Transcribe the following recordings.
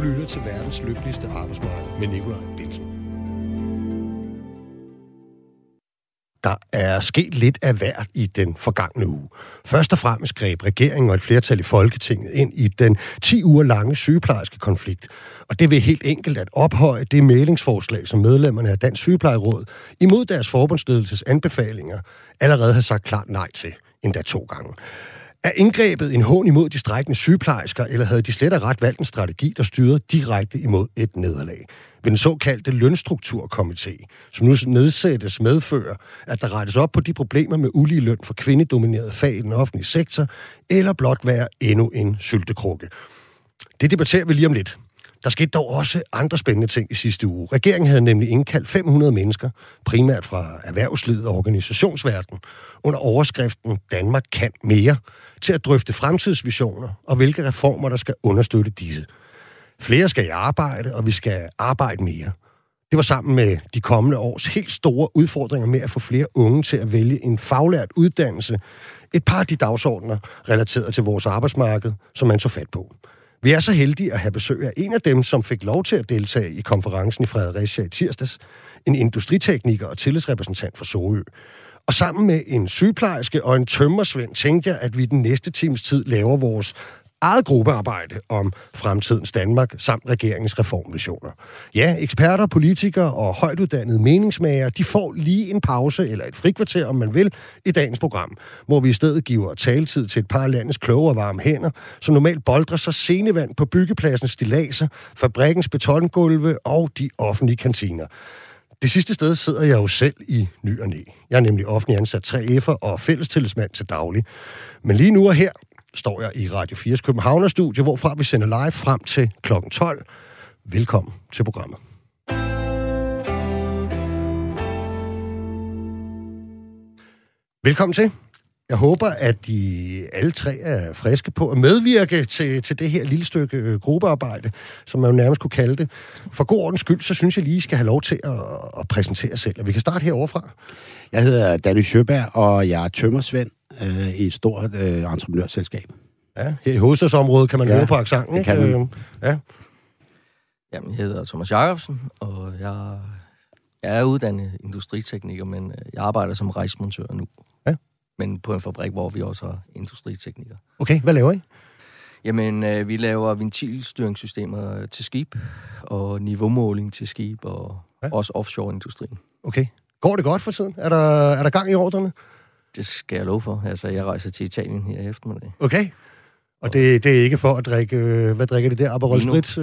lytter til verdens lykkeligste arbejdsmarked med Nikolaj Bensen. Der er sket lidt af hvert i den forgangne uge. Først og fremmest greb regeringen og et flertal i Folketinget ind i den 10 uger lange sygeplejerske konflikt. Og det vil helt enkelt at ophøje det mæglingsforslag, som medlemmerne af Dansk Sygeplejeråd imod deres forbundsledelses anbefalinger allerede har sagt klart nej til, endda 2 gange. Er indgrebet en hån imod de strejkende sygeplejersker, eller havde de slet og ret valgt en strategi, der styrede direkte imod et nederlag? Ved den såkaldte lønstrukturkomité, som nu nedsættes, medfører, at der rettes op på de problemer med ulige løn for kvindedominerede fag i den offentlige sektor, eller blot være endnu en syltekrukke. Det debatterer vi lige om lidt. Der skete dog også andre spændende ting i sidste uge. Regeringen havde nemlig indkaldt 500 mennesker, primært fra erhvervslivet og organisationsverdenen, under overskriften Danmark kan mere, til at drøfte fremtidsvisioner og hvilke reformer, der skal understøtte disse. Flere skal i arbejde, og vi skal arbejde mere. Det var sammen med de kommende års helt store udfordringer med at få flere unge til at vælge en faglært uddannelse. Et par af de dagsordner relateret til vores arbejdsmarked, som man så fat på. Vi er så heldige at have besøg af en af dem, som fik lov til at deltage i konferencen i Fredericia i tirsdags, en industritekniker og tillidsrepræsentant for Sorø. Og sammen med en sygeplejerske og en tømmersvend tænkte jeg, at vi den næste times tid laver vores eget gruppearbejde om fremtidens Danmark samt regeringens reformvisioner. Ja, eksperter, politikere og højtuddannede meningsmagere, de får lige en pause eller et frikvarter, om man vil, i dagens program, hvor vi i stedet giver taletid til et par af landets kloge og varme hænder, som normalt boldrer sig scenevand på byggepladsens stilladser, fabrikkens betongulve og de offentlige kantiner. Det sidste sted sidder jeg jo selv i ny og næ. Jeg er nemlig offentlig ansat 3F'er og fællestillidsmand til daglig. Men lige nu og her står jeg i Radio 4's Københavner-studie, hvorfra vi sender live frem til kl. 12. Velkommen til programmet. Velkommen til. Jeg håber, at I alle tre er friske på at medvirke til det her lille stykke gruppearbejde, som man jo nærmest kunne kalde det. For god ordens skyld, så synes jeg lige, I skal have lov til at præsentere selv. Og vi kan starte heroverfra. Jeg hedder Danny Sjøberg, og jeg er tømmersvend i et stort entreprenørselskab. Ja, her i hovedstadsområdet kan man høre på accenten, ikke? Det kan man. Ja. Jamen, jeg hedder Thomas Jacobsen, og jeg er uddannet industritekniker, men jeg arbejder som rejsemontør nu. Ja. Men på en fabrik, hvor vi også har industritekniker. Okay, hvad laver I? Jamen, vi laver ventilstyringssystemer til skib, og niveaumåling til skib, og også offshore-industrien. Okay. Går det godt for tiden? Er der gang i ordrene? Det skal jeg love for. Altså, jeg rejser til Italien her i eftermiddag. Okay. Og det er ikke for at drikke... hvad drikker de der? Aperol Spritz?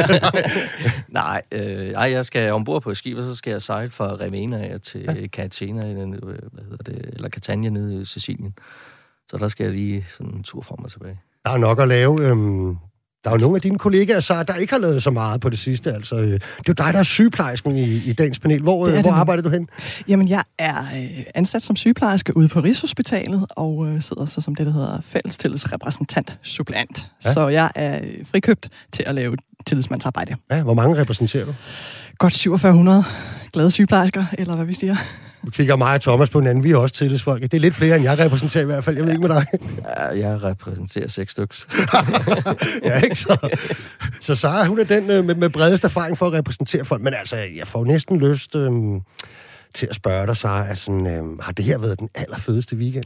Nej, jeg skal ombord på et skib, og så skal jeg sejle fra Ravenna til Catania, eller Catania nede i Sicilien. Så der skal jeg lige sådan en tur frem og tilbage. Der er nok at lave. Der er jo nogle af dine kollegaer, der ikke har lavet så meget på det sidste. Altså, det er jo dig, der er sygeplejersken i dagens panel. Hvor arbejder du hen? Jamen, jeg er ansat som sygeplejerske ude på Rigshospitalet, og sidder så som det, der hedder fællestillidsrepræsentant suppleant. Ja. Så jeg er frikøbt til at lave tillidsmandsarbejde. Ja, hvor mange repræsenterer du? Godt 4700 glade sygeplejersker, eller hvad vi siger. Du kigger mig og Thomas på hinanden, vi er også tillidsfolk. Det er lidt flere, end jeg repræsenterer i hvert fald. Jeg ved ikke med dig. Ja, jeg repræsenterer 6 styks. Ja, ikke så Sara, hun er den med bredest erfaring for at repræsentere folk. Men altså, jeg får næsten lyst til at spørge dig, Sara, har det her været den allerfedeste weekend?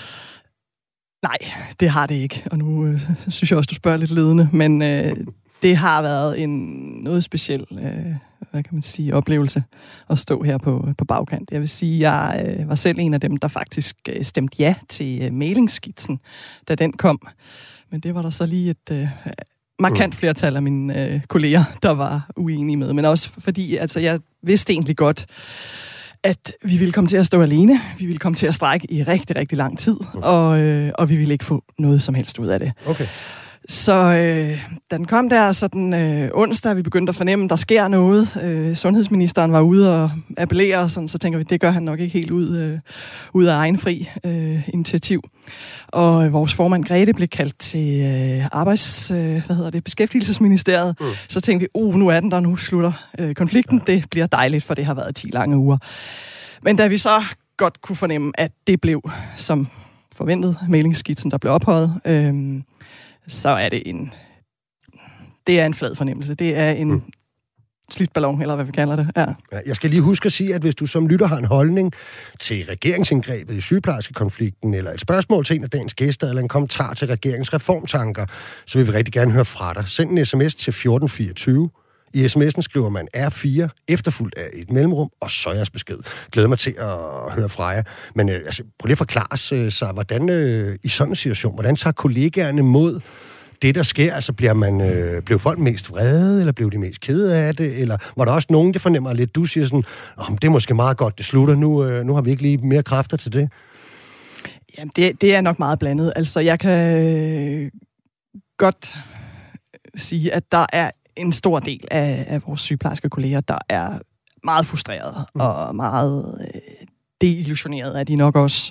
Nej, det har det ikke. Og nu synes jeg også, du spørger lidt ledende, men det har været noget speciel hvad kan man sige, oplevelse at stå her på bagkant. Jeg vil sige, jeg var selv en af dem, der faktisk stemte ja til mailingsskitsen, da den kom. Men det var der så lige et markant flertal af mine kolleger, der var uenige med. Men også fordi, altså, jeg vidste egentlig godt, at vi ville komme til at stå alene. Vi ville komme til at strejke i rigtig, rigtig lang tid. Og vi ville ikke få noget som helst ud af det. Okay. Så da den kom der, så den onsdag, vi begyndte at fornemme, at der sker noget. Sundhedsministeren var ude og appellere, sådan, så tænker vi, det gør han nok ikke helt ud af egen fri initiativ. Og vores formand Grete blev kaldt til Beskæftigelsesministeriet. Så tænkte vi, nu er den der, nu slutter konflikten. Det bliver dejligt, for det har været 10 lange uger. Men da vi så godt kunne fornemme, at det blev som forventet mailingsskitsen, der blev ophøjet, så er det det er en flad fornemmelse. Det er en slidt ballon, eller hvad vi kalder det. Ja. Jeg skal lige huske at sige, at hvis du som lytter har en holdning til regeringsindgrebet i sygeplejerskekonflikten, eller et spørgsmål til en af dagens gæster, eller en kommentar til regeringens reformtanker, så vil vi rigtig gerne høre fra dig. Send en sms til 1424. I sms'en skriver man R4, efterfulgt af et mellemrum, og så jeres besked. Glæder mig til at høre fra jer. Men prøv lige at forklare sig, hvordan i sådan en situation, hvordan tager kollegaerne mod det, der sker? Altså, blev folk mest vrede, eller blev de mest kede af det? Eller var der også nogen, der fornemmer lidt, du siger sådan, det er måske meget godt, det slutter nu har vi ikke lige mere kræfter til det? Jamen, det er nok meget blandet. Altså, jeg kan godt sige, at der er en stor del af vores sygeplejerske kolleger, der er meget frustrerede og meget deillusioneret er de nok også.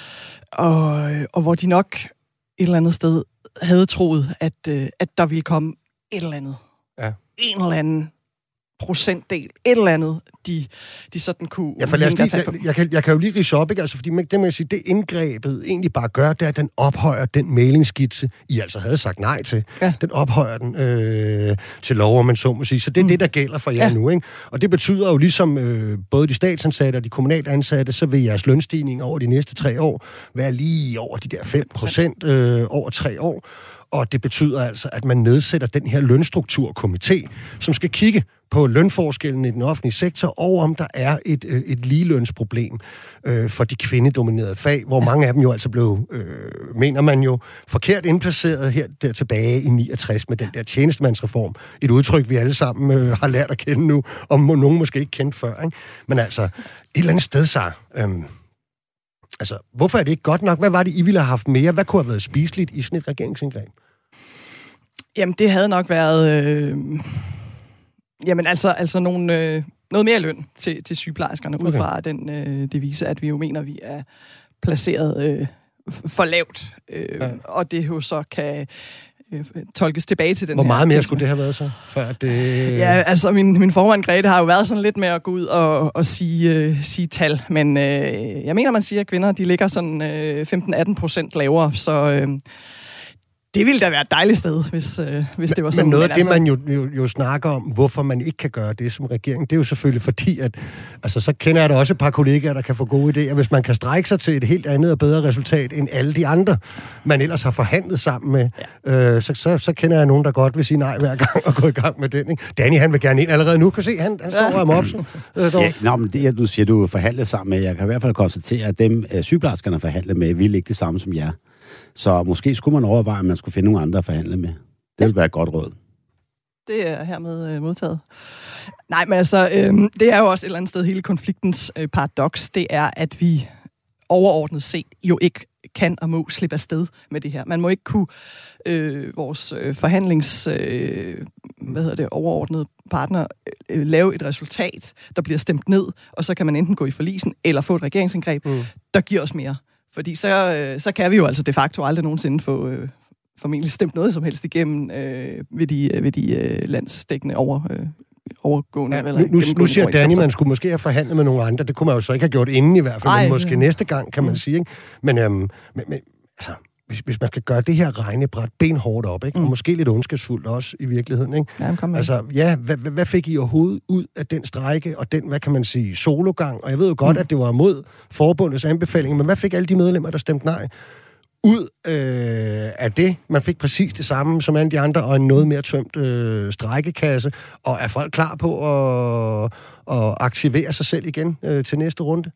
Og hvor de nok et eller andet sted havde troet, at der ville komme et eller andet. Ja. En eller anden procentdel, et eller andet, de sådan kunne... Jeg kan jo lige ridse op, ikke? Altså, fordi det, man kan sige, det indgrebet egentlig bare gør, det er, at den ophøjer den mailingskitse, I altså havde sagt nej til. Ja. Den ophøjer den til lov, om man så må sige. Så det er det, der gælder for jer nu, ikke? Og det betyder jo ligesom både de statsansatte og de kommunalt ansatte, så vil jeres lønstigning over de næste 3 år være lige over de der 5% over 3 år. Og det betyder altså, at man nedsætter den her lønstrukturkomité, som skal kigge på lønforskellen i den offentlige sektor, og om der er et ligelønsproblem for de kvindedominerede fag, hvor mange af dem jo altså blev, mener man jo, forkert indplaceret her der tilbage i 69 med den der tjenestemandsreform. Et udtryk, vi alle sammen har lært at kende nu, og nogen måske ikke kendt før. Ikke? Men altså, et eller andet sted, så... Altså, hvorfor er det ikke godt nok? Hvad var det, I ville have haft mere? Hvad kunne have været spiseligt i sådan et regeringsindgreb? Jamen, det havde nok været... noget mere løn til sygeplejerskerne, ud fra den devise, at vi jo mener, at vi er placeret for lavt. Og det jo så kan... tolkes tilbage til den Hvor meget mere skulle det have været så? Før det... Ja, altså min formand Grete har jo været sådan lidt med at gå ud og sige tal, men jeg mener, man siger, at kvinder de ligger sådan 15-18% lavere, så det ville da være et dejligt sted, hvis det var sådan. Men noget af det, man jo snakker om, hvorfor man ikke kan gøre det som regering, det er jo selvfølgelig fordi, at altså, så kender jeg da også et par kollegaer, der kan få gode idéer. Hvis man kan strække sig til et helt andet og bedre resultat end alle de andre, man ellers har forhandlet sammen med, så kender jeg nogen, der godt vil sige nej hver gang og gå i gang med den. Ikke? Danny, han vil gerne ind allerede nu. Kan se, han står og er mopset. Men det, du siger, du forhandler sammen med, jeg kan i hvert fald konstatere, at dem sygeplejerskerne forhandler med, vil ikke det samme som jer. Så måske skulle man overveje, at man skulle finde nogle andre at forhandle med. Det ville være et godt råd. Det er hermed modtaget. Nej, men altså, det er jo også et eller andet sted hele konfliktens paradoks. Det er, at vi overordnet set jo ikke kan og må slippe afsted med det her. Man må ikke kunne vores forhandlings overordnede partner lave et resultat, der bliver stemt ned, og så kan man enten gå i forlisen eller få et regeringsindgreb, der giver os mere. Fordi så kan vi jo altså de facto aldrig nogensinde få formentlig stemt noget som helst igennem ved de landsdækkende overgående. Ja, nu siger Danny, man skulle måske have forhandlet med nogle andre. Det kunne man jo så ikke have gjort inden i hvert fald, men måske næste gang, kan man sige. Ikke? Men altså, hvis man skal gøre det her regnebræt benhårdt op, ikke? Og måske lidt ondskabsfuldt også i virkeligheden. Ikke? Ja, hvad fik I overhovedet ud af den strejke og den, hvad kan man sige, sologang? Og jeg ved jo godt, at det var mod forbundets anbefalinger, men hvad fik alle de medlemmer, der stemte nej, ud af det? Man fik præcis det samme som alle de andre, og en noget mere tømt strejkekasse. Og er folk klar på at aktivere sig selv igen til næste runde?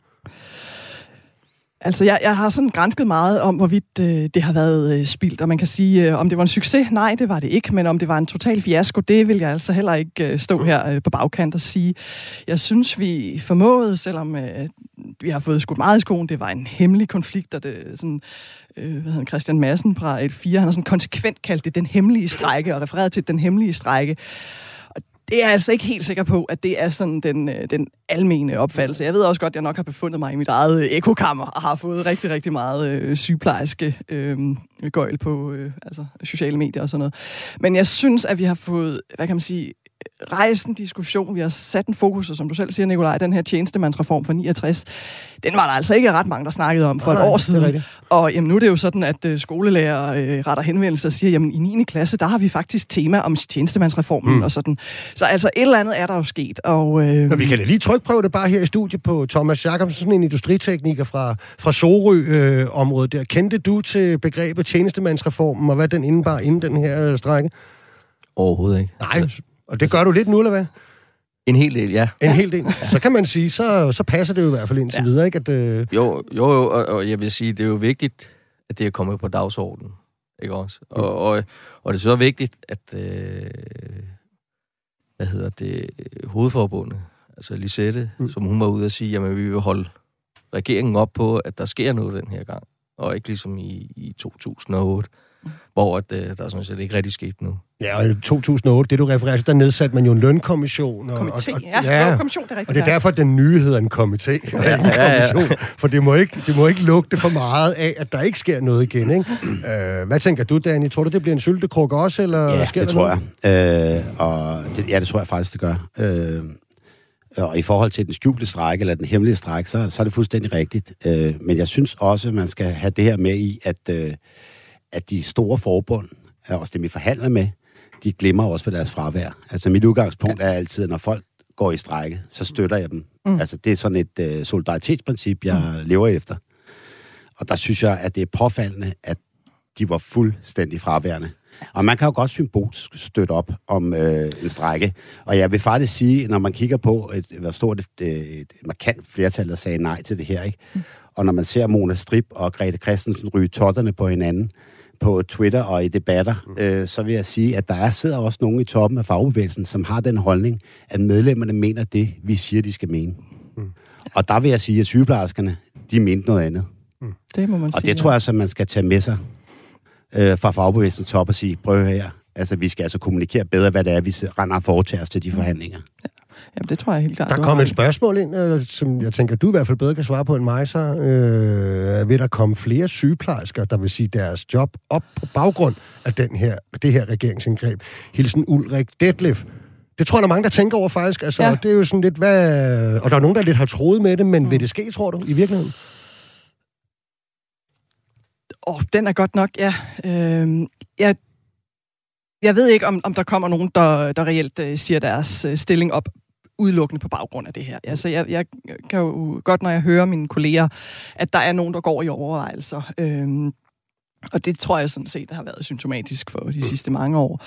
Altså, jeg har sådan gransket meget om, hvorvidt det har været spildt, og man kan sige, om det var en succes. Nej, det var det ikke, men om det var en total fiasko, det vil jeg altså heller ikke stå her på bagkant og sige. Jeg synes, vi formåede, selvom vi har fået skudt meget i skoen, det var en hemmelig konflikt, og det sådan, Christian Madsen fra L4, han har sådan konsekvent kaldt det den hemmelige strejke, og refereret til den hemmelige strejke. Det er jeg altså ikke helt sikker på, at det er sådan den almene opfattelse. Jeg ved også godt, at jeg nok har befundet mig i mit eget ekokammer og har fået rigtig, rigtig meget sygeplejerske gøjl på sociale medier og sådan noget. Men jeg synes, at vi har fået, hvad kan man sige, rejst en diskussion, vi har sat en fokus, og som du selv siger, Nikolaj, den her tjenestemandsreform fra 69, den var der altså ikke ret mange, der snakkede om for et år siden. Og jamen, nu er det jo sådan, at skolelærer retter henvendelse og siger, jamen i 9. klasse, der har vi faktisk tema om tjenestemandsreformen og sådan. Så altså et eller andet er der jo sket. Og vi kan da lige trykprøve det bare her i studiet på Thomas Jacobsen, sådan en industritekniker fra Sorø-området der. Kendte du til begrebet tjenestemandsreformen, og hvad den indebar inden den her strække? Overhovedet ikke. Nej, og det gør du lidt nu, eller hvad? En hel del, ja. En hel del. Så kan man sige, så passer det jo i hvert fald indtil videre, ikke? At, Jo, og jeg vil sige, det er jo vigtigt, at det er kommet på dagsordenen, ikke også? Og det er så vigtigt, at hovedforbundet, altså Lisette, som hun var ude at sige, jamen vi vil holde regeringen op på, at der sker noget den her gang, og ikke ligesom i 2008, hvor der sådan set ikke rigtig skete nu. Ja, og i 2008, det du refererer til, der nedsatte man jo en lønkommission. Komité, lovkommission, det er rigtigt. Og det er derfor, at den nye hedder en komité, og en kommission. For det må ikke lugte for meget af, at der ikke sker noget igen, ikke? Hvad tænker du, Danny? Tror du, det bliver en syltekrukke også, eller sker det der tror jeg. Det tror jeg faktisk, det gør. Og i forhold til den skjulte strække, eller den hemmelige strække, så er det fuldstændig rigtigt. Men jeg synes også, at man skal have det her med i, at de store forbund, også dem vi forhandler med, de glemmer også på deres fravær. Altså mit udgangspunkt er altid, når folk går i strække, så støtter jeg dem. Altså det er sådan et solidaritetsprincip, jeg lever efter. Og der synes jeg, at det er påfaldende, at de var fuldstændig fraværende. Og man kan jo godt symbolsk støtte op om en strække. Og jeg vil faktisk sige, når man kigger på hvor stort et markant flertal, der sagde nej til det her, ikke? Og når man ser Mona Strib og Grete Christensen ryge totterne på hinanden på Twitter og i debatter, så vil jeg sige, at der sidder også nogen i toppen af fagbevægelsen, som har den holdning, at medlemmerne mener det, vi siger, de skal mene. Og der vil jeg sige, at sygeplejerskerne, de mente noget andet. Det må man sige. Og det tror jeg, at man skal tage med sig fra fagbevægelsen top og sige, prøv her, altså vi skal altså kommunikere bedre, hvad det er, vi render og foretager os til de forhandlinger. Ja. Jamen, det tror jeg helt klart. Der kom et spørgsmål ind, som jeg tænker, du i hvert fald bedre kan svare på end mig, så vil der komme flere sygeplejersker, der vil sige deres job op på baggrund af det her regeringsindgreb. Hilsen Ulrik Detlef. Det tror jeg, der er mange, der tænker over faktisk. Altså, det er jo sådan lidt, og der er nogen, der lidt har troet med det, men vil det ske, tror du, i virkeligheden? Den er godt nok, ja. Jeg ved ikke, om der kommer nogen, der reelt siger deres stilling op udelukkende på baggrund af det her. Altså, jeg kan jo godt, når jeg hører mine kolleger, at der er nogen, der går i overvejelser. Og det tror jeg sådan set har været symptomatisk for de sidste mange år.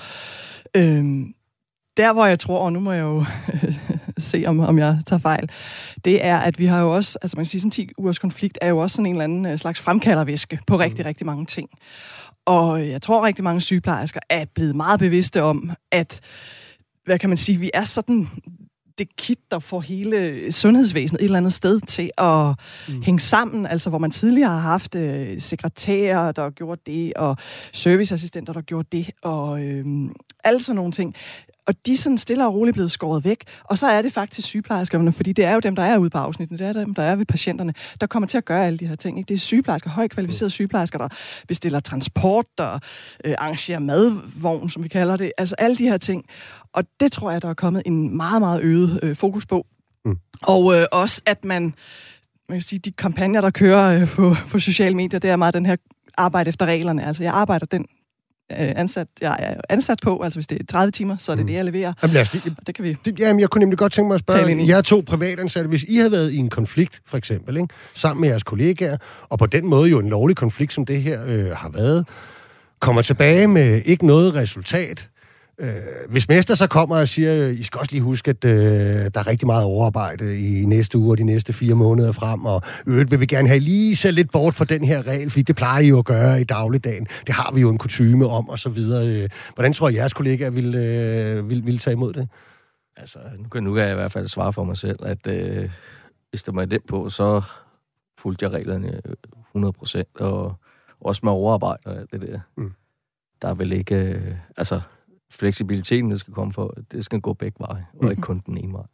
Der, hvor jeg tror, og nu må jeg jo se, om jeg tager fejl, det er, at vi har jo også, altså man kan sige, sådan 10 ugers konflikt er jo også sådan en eller anden slags fremkaldervæske på rigtig, rigtig mange ting. Og jeg tror, rigtig mange sygeplejersker er blevet meget bevidste om, at, hvad kan man sige, vi er sådan det kit, der får hele sundhedsvæsenet et eller andet sted til at hænge sammen, altså hvor man tidligere har haft sekretærer, der gjorde det, og serviceassistenter, der gjorde det, og alle sådan nogle ting. Og de er sådan stille og roligt blevet skåret væk. Og så er det faktisk sygeplejerskerne, fordi det er jo dem, der er ude på afsnittene, det er dem, der er ved patienterne, der kommer til at gøre alle de her ting. Ikke? Det er sygeplejersker, højt kvalificerede sygeplejersker, der bestiller transport, der arrangerer madvogn, som vi kalder det. Altså alle de her ting. Og det tror jeg, der er kommet en meget, meget øget fokus på. Og også, at man kan sige, de kampagner, der kører på sociale medier, det er meget den her arbejde efter reglerne. Altså jeg arbejder jeg er ansat på, altså hvis det er 30 timer, så er det det, jeg leverer. Jamen, det kan vi. Jamen, jeg kunne nemlig godt tænke mig at spørge, jeg er 2 privatansatte, hvis I havde været i en konflikt, for eksempel, ikke, sammen med jeres kollegaer, og på den måde jo en lovlig konflikt, som det her har været, kommer tilbage med ikke noget resultat. Hvis mester så kommer og siger, I skal også lige huske, at der er rigtig meget overarbejde i næste uge og de næste 4 måneder frem, og øvrigt vil vi gerne have lige så lidt bort fra den her regel, fordi det plejer I jo at gøre i dagligdagen. Det har vi jo en kutyme om, og så videre. Hvordan tror jeg, jeres kollegaer vil tage imod det? Altså, nu kan jeg i hvert fald svare for mig selv, at hvis der var den på, så fulgte jeg reglerne 100%, og også med overarbejde og alt det der. Der er vel ikke... fleksibiliteten, der skal komme for, det skal gå begge veje, og ikke kun den ene vej.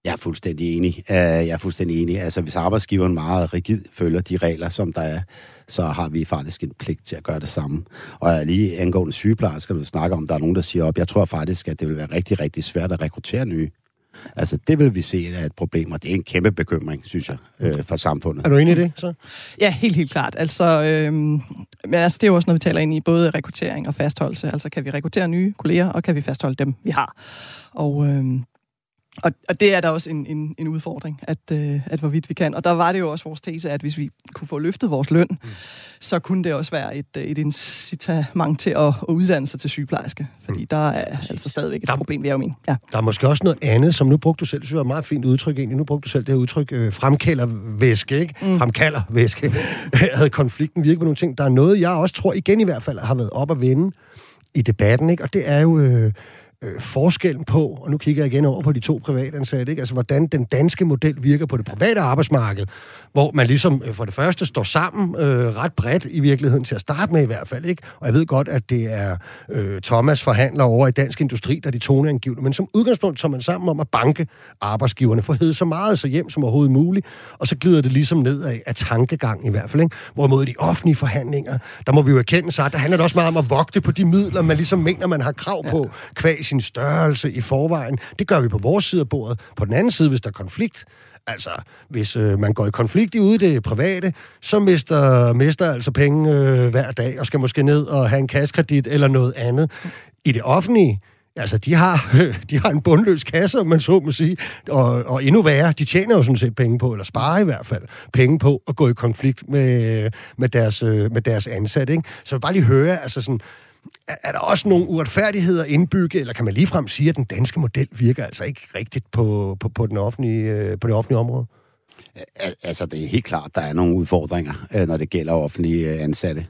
Jeg er fuldstændig enig. Altså, hvis arbejdsgiveren meget rigid følger de regler, som der er, så har vi faktisk en pligt til at gøre det samme. Og lige angående sygeplejersker, du snakker om, der er nogen, der siger op. Jeg tror faktisk, at det vil være rigtig, rigtig svært at rekruttere nye. Altså, det vil vi se er et problem, og det er en kæmpe bekymring, synes jeg, for samfundet. Er du enig i det, så? Ja, helt klart. Altså, men altså, det er jo også noget, vi taler ind i, både rekruttering og fastholdelse. Altså, kan vi rekruttere nye kolleger, og kan vi fastholde dem, vi har? Og det er da også en udfordring, at hvorvidt vi kan. Og der var det jo også vores tese, at hvis vi kunne få løftet vores løn, så kunne det også være et incitament til at uddanne sig til sygeplejerske. Fordi der er altså stadigvæk et problem, vi er jo med. Ja. Der er måske også noget andet, som nu brugte du selv. Det synes jeg er et meget fint udtryk egentlig. Nu brugte du selv det her udtryk, fremkaldervæske, ikke? Fremkaldervæske. Havde konflikten virket på nogle ting. Der er noget, jeg også tror, igen i hvert fald, har været op at vende i debatten, ikke? Og det er jo... forskellen på, og nu kigger jeg igen over på de to privatansatte, ikke? Altså, hvordan den danske model virker på det private arbejdsmarked, hvor man ligesom for det første står sammen ret bredt i virkeligheden til at starte med i hvert fald, ikke? Og jeg ved godt, at det er Thomas forhandler over i Dansk Industri, der er de toneangivende, men som udgangspunkt så man sammen om at banke arbejdsgiverne for at hedde så meget så hjem som overhovedet muligt, og så glider det ligesom nedad af tankegang i hvert fald, ikke? Hvorimod de offentlige forhandlinger, der må vi jo erkende sig, der handler det også meget om at vogte på de midler, man ligesom mener, man har krav på, kvæg sin størrelse i forvejen. Det gør vi på vores side af bordet. På den anden side, hvis der er konflikt, altså hvis man går i konflikt ude i det private, så mister altså penge hver dag, og skal måske ned og have en kassekredit eller noget andet. I det offentlige, altså de har en bundløs kasse, om man så må sige, og endnu værre, de tjener jo sådan set penge på, eller sparer i hvert fald penge på at gå i konflikt med deres ansatte, ikke? Så jeg vil bare lige høre, altså sådan, er der også nogle uretfærdigheder indbygget, eller kan man ligefrem sige, at den danske model virker altså ikke rigtigt på det offentlige område? Altså, det er helt klart, der er nogle udfordringer, når det gælder offentlige ansatte.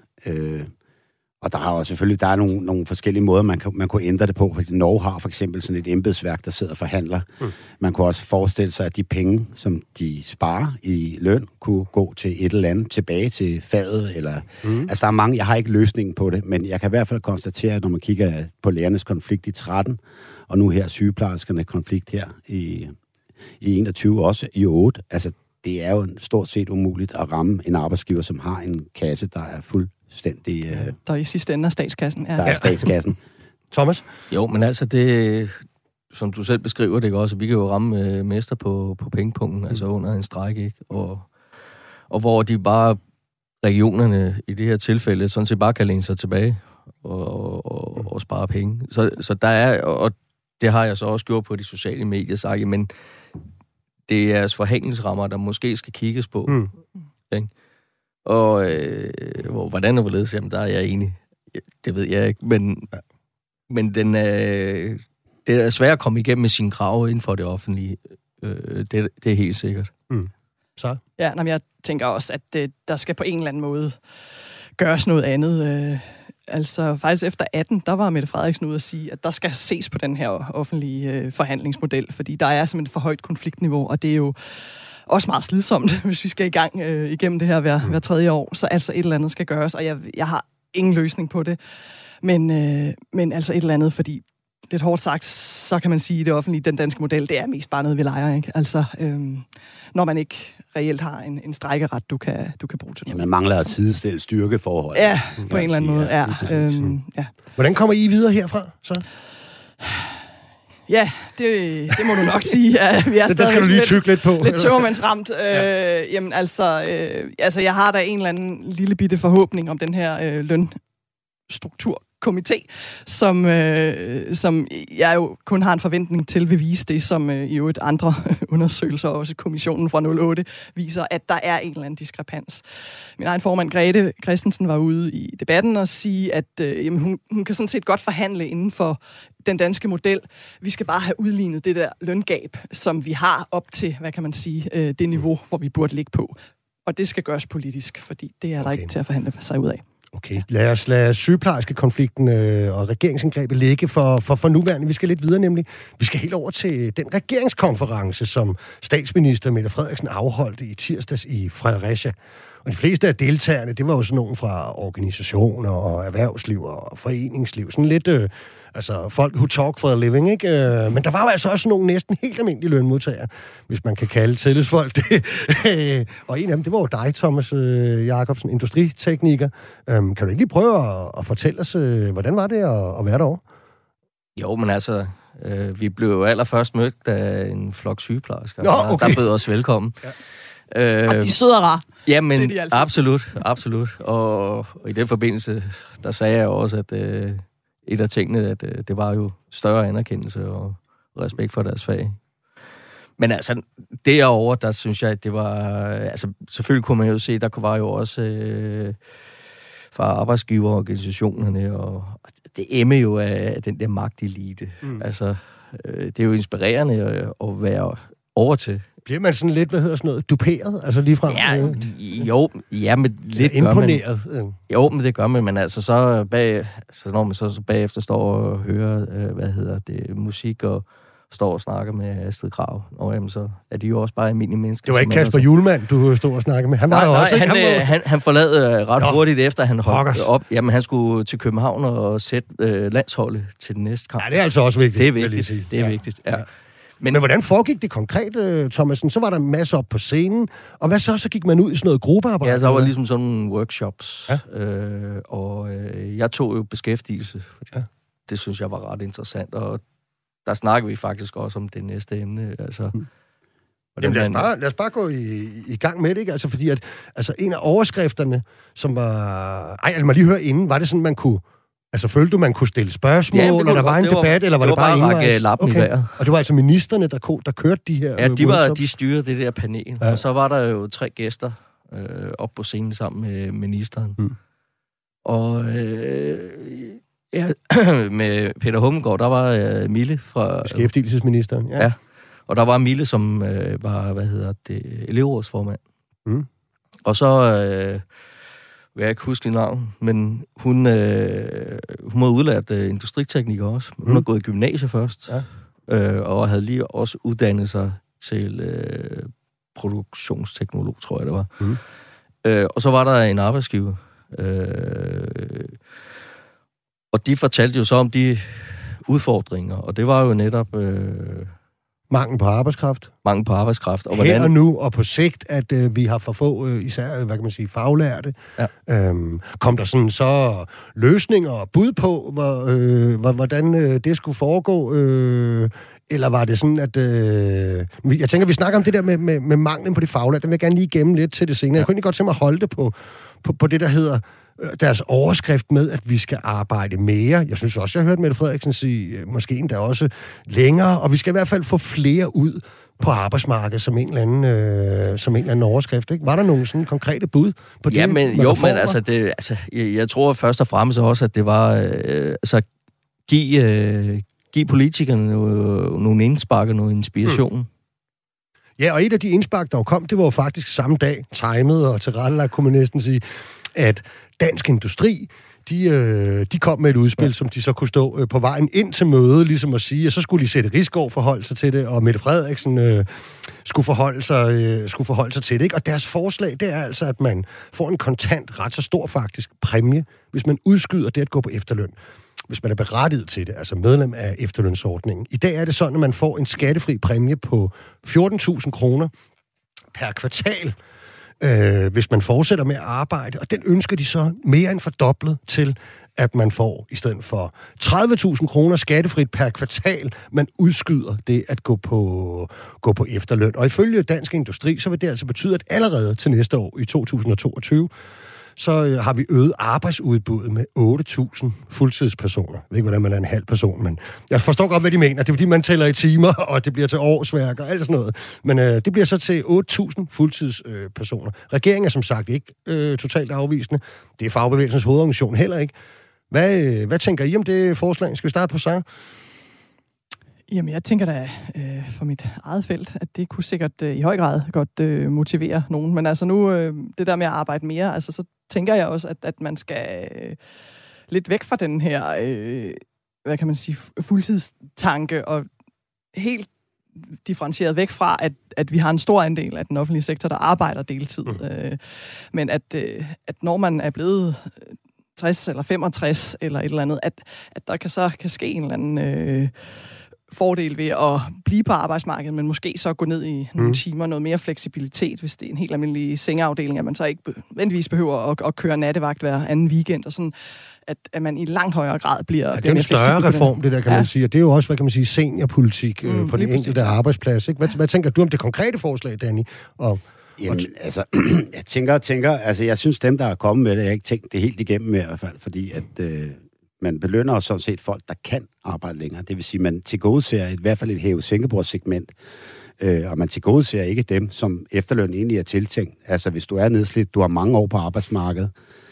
Og der er jo selvfølgelig nogle forskellige måder, man kunne ændre det på. Norge har for eksempel sådan et embedsværk, der sidder og forhandler. Man kunne også forestille sig, at de penge, som de sparer i løn, kunne gå til et eller andet tilbage til faget. Eller... Altså, der er mange, jeg har ikke løsningen på det, men jeg kan i hvert fald konstatere, at når man kigger på lærernes konflikt i 13, og nu her sygeplejerskernes konflikt her i 21, også i 8, altså, det er jo stort set umuligt at ramme en arbejdsgiver, som har en kasse, der er fuldstændig... Der i sidste ende er statskassen. Ja. Der er statskassen. Thomas? Jo, men altså det, som du selv beskriver det også, vi kan jo ramme mester på pengepunkten, altså under en strejke, ikke? Og hvor de bare, regionerne i det her tilfælde, sådan set bare kan læne sig tilbage og spare penge. Så der er, og det har jeg så også gjort på de sociale medier, sagt, men det er jeres forhandlingsrammer, der måske skal kigges på. Ikke? Og hvordan og hvorledes, jamen der er jeg enig. Det ved jeg ikke, men det er svært at komme igennem med sine krav inden for det offentlige. Det er helt sikkert. Så? Ja, jeg tænker også, at der skal på en eller anden måde gøres noget andet. Altså faktisk efter 18, der var Mette Frederiksen ude at sige, at der skal ses på den her offentlige forhandlingsmodel, fordi der er simpelthen for højt konfliktniveau, og det er jo også meget slidsomt, hvis vi skal i gang igennem det her hver tredje år. Så altså et eller andet skal gøres, og jeg har ingen løsning på det. Men altså et eller andet, fordi lidt hårdt sagt, så kan man sige, at det offentlige, den danske model, det er mest bare noget, vi leger, ikke? Altså, når man ikke reelt har en strejkeret, du kan bruge til noget. Ja, man mangler at sidestille styrkeforhold. Ja, på en eller anden måde, ja. Hvordan kommer I videre herfra, så? Ja, det må du nok sige. Ja, vi er det skal du lige tygge lidt på. Lidt tømmermandsramt. Jamen altså, jeg har da en eller anden lille bitte forhåbning om den her lønstrukturkomité, som jeg jo kun har en forventning til vil vise det, som i øvrigt andre undersøgelser, også kommissionen fra 08, viser, at der er en eller anden diskrepans. Min egen formand, Grete Christensen, var ude i debatten og sige, at hun kan sådan set godt forhandle inden for den danske model. Vi skal bare have udlignet det der løngab, som vi har op til, hvad kan man sige, det niveau, hvor vi burde ligge på. Og det skal gøres politisk, fordi det er der ikke til at forhandle sig ud af. Okay, lad os lade sygeplejerskekonflikten og regeringsindgrebet ligge for nuværende. Vi skal lidt videre nemlig. Vi skal helt over til den regeringskonference, som statsminister Mette Frederiksen afholdte i tirsdags i Fredericia. Og de fleste af deltagerne, det var jo sådan nogen fra organisationer og erhvervsliv og foreningsliv. Sådan lidt, altså folk who talk for a living, ikke? Men der var jo altså også nogle næsten helt almindelige lønmodtagere, hvis man kan kalde tillidsfolk det. Og en af dem, det var jo dig, Thomas Jacobsen, industritekniker. Kan du ikke lige prøve at fortælle os, hvordan var det at være derovre? Jo, men altså, vi blev jo allerførst mødt af en flok sygeplejersker, okay. der bød os velkommen. Ja. Og de søde og rare. Ja, men absolut. Og i den forbindelse, der sagde jeg også, at et af tingene, at det var jo større anerkendelse og respekt for deres fag. Men altså, derovre, der synes jeg, at det var... Altså, selvfølgelig kunne man jo se, der var jo også fra arbejdsgiverorganisationerne, og det emme jo af den der magtelite. Altså, det er jo inspirerende at være over til. Bliver man sådan lidt, duperet? Altså ligefrem? Ja, men lidt imponeret. Jo, men det gør man, men altså så når man så bagefter står og hører, musik og står og snakker med Astrid Krag, og så er de jo også bare almindelige mennesker. Det var ikke Kasper Hjulmand, du stod og snakkede med. Han var også, han forlad ret hurtigt efter, han holdt op. Jamen, han skulle til København og sætte landsholdet til den næste kamp. Ja, det er altså også vigtigt. Det er vigtigt, vigtigt, ja. Men hvordan foregik det konkret, Thomasen? Så var der masser op på scenen, og hvad så? Så gik man ud i sådan noget gruppearbejde? Ja, der var ligesom sådan nogle workshops, og jeg tog jo beskæftigelse, fordi det synes jeg var ret interessant, og der snakker vi faktisk også om det næste emne, altså... Jamen, lad os bare gå i gang med det, ikke? Altså, fordi at en af overskrifterne, som var... lad mig lige høre inden, var det sådan, man kunne... Altså, følte du, man kunne stille spørgsmål, eller der var en debat, eller var det bare række lappen i vejret? Og det var altså ministerne, der kørte de her... Ja, de styrede det der panel, og så var der jo 3 gæster op på scenen sammen med ministeren. Og med Peter Hummelgaard, der var Mille fra... Beskæftigelsesministeren, ja. Og der var Mille, som var, elevrådsformand. Og så... jeg kan ikke huske navn, men hun var udlært industritekniker også. Hun har gået i gymnasiet først, og havde lige også uddannet sig til produktionsteknolog, tror jeg det var. Og så var der en arbejdsgiver. Og de fortalte jo så om de udfordringer, og det var jo netop... Mangel på arbejdskraft. Og hvordan... Her og nu, og på sigt, at vi har for få, især, faglærte. Ja. Kom der sådan så løsninger og bud på, hvordan det skulle foregå? Eller var det sådan, at... jeg tænker, vi snakker om det der med manglen på de faglærte. Det vil jeg gerne lige gemme lidt til det senere. Jeg kunne egentlig godt tænke mig at holde det på det, der hedder deres overskrift med, at vi skal arbejde mere. Jeg synes også, jeg har hørt Mette Frederiksen sige, måske endda også længere, og vi skal i hvert fald få flere ud på arbejdsmarkedet som en eller anden overskrift. Ikke? Var der nogle sådan konkrete bud på det? Ja, men jeg tror først og fremmest også, at det var give politikerne nogle indspark og noget inspiration. Ja, og et af de indspark, der jo kom, det var jo faktisk samme dag, timet og tilrettelagt, kunne man næsten sige, at Dansk Industri, de kom med et udspil, som de så kunne stå på vejen ind til mødet, ligesom at sige, at så skulle Lizette Risgaard forholde sig til det, og Mette Frederiksen skulle forholde sig til det. Ikke? Og deres forslag, det er altså, at man får en kontant, ret så stor faktisk, præmie, hvis man udskyder det at gå på efterløn. Hvis man er berettiget til det, altså medlem af efterlønsordningen. I dag er det sådan, at man får en skattefri præmie på 14.000 kroner per kvartal, hvis man fortsætter med at arbejde, og den ønsker de så mere end fordoblet til, at man får i stedet for 30.000 kroner skattefrit per kvartal, man udskyder det at gå på efterløn. Og ifølge Dansk Industri, så vil det altså betyde, at allerede til næste år, i 2022, så har vi øget arbejdsudbuddet med 8.000 fuldtidspersoner. Jeg ved ikke, hvordan man er en halv person, men jeg forstår godt, hvad de mener. Det er fordi, man tæller i timer, og det bliver til årsværk og alt sådan noget. Men det bliver så til 8.000 fuldtidspersoner. Regeringen er som sagt ikke totalt afvisende. Det er Fagbevægelsens hovedorganisation heller ikke. Hvad tænker I om det forslag? Skal vi starte på Sara? Jamen, jeg tænker da for mit eget felt, at det kunne sikkert i høj grad godt motivere nogen. Men altså nu, det der med at arbejde mere, altså så tænker jeg også, at man skal lidt væk fra den her, hvad kan man sige, fuldtidstanke, og helt differentieret væk fra, at vi har en stor andel af den offentlige sektor, der arbejder deltid. Men at når man er blevet 60 eller 65 eller et eller andet, at der så kan ske en eller anden fordel ved at blive på arbejdsmarkedet, men måske så gå ned i nogle timer, noget mere fleksibilitet, hvis det er en helt almindelig sengeafdeling, at man så ikke nødvendigvis behøver at køre nattevagt hver anden weekend, og sådan, at man i langt højere grad bliver mere fleksibel. Det er en større reform, det der, kan man sige, og det er jo også, hvad kan man sige, seniorpolitik på den enkelte arbejdsplads. Ikke? Hvad tænker du om det konkrete forslag, Danny? Jamen, altså, jeg tænker, altså, jeg synes, dem, der er kommet med det, jeg har ikke tænkt det helt igennem med, i hvert fald, fordi at man belønner sådan set folk, der kan arbejde længere. Det vil sige, man tilgodeser i hvert fald et hæve-sænkebords-segment, og man tilgodeser ikke dem, som efterløn egentlig er tiltænkt. Altså, hvis du er nedslidt, du har mange år på arbejdsmarkedet,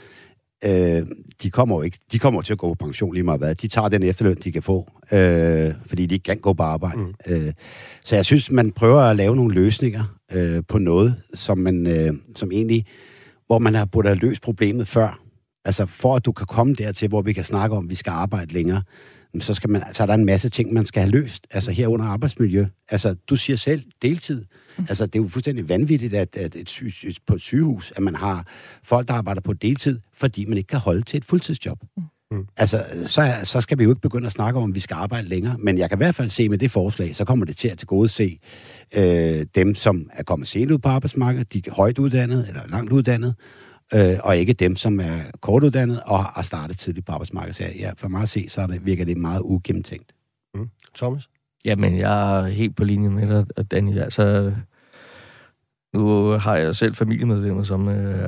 de kommer til at gå på pension lige meget hvad. De tager den efterløn, de kan få, fordi de ikke kan gå på arbejde. Så jeg synes, man prøver at lave nogle løsninger på noget, som egentlig, hvor man har burde have løst problemet før. Altså, for at du kan komme dertil, hvor vi kan snakke om, at vi skal arbejde længere, så er der en masse ting, man skal have løst. Altså, herunder arbejdsmiljø. Altså, du siger selv deltid. Altså, det er jo fuldstændig vanvittigt, at på et sygehus, at man har folk, der arbejder på deltid, fordi man ikke kan holde til et fuldtidsjob. Altså, så skal vi jo ikke begynde at snakke om, at vi skal arbejde længere. Men jeg kan i hvert fald se med det forslag, så kommer det til at tilgodese dem, som er kommet sent ud på arbejdsmarkedet, de er højt uddannede eller langt uddannede, og ikke dem, som er kortuddannede og har startet tidligt på arbejdsmarkedet. Så ja, for mig at se, så virker det meget ugennemtænkt. Thomas? Jamen, jeg er helt på linje med dig, Danny. Altså, nu har jeg selv familiemedlemmer, som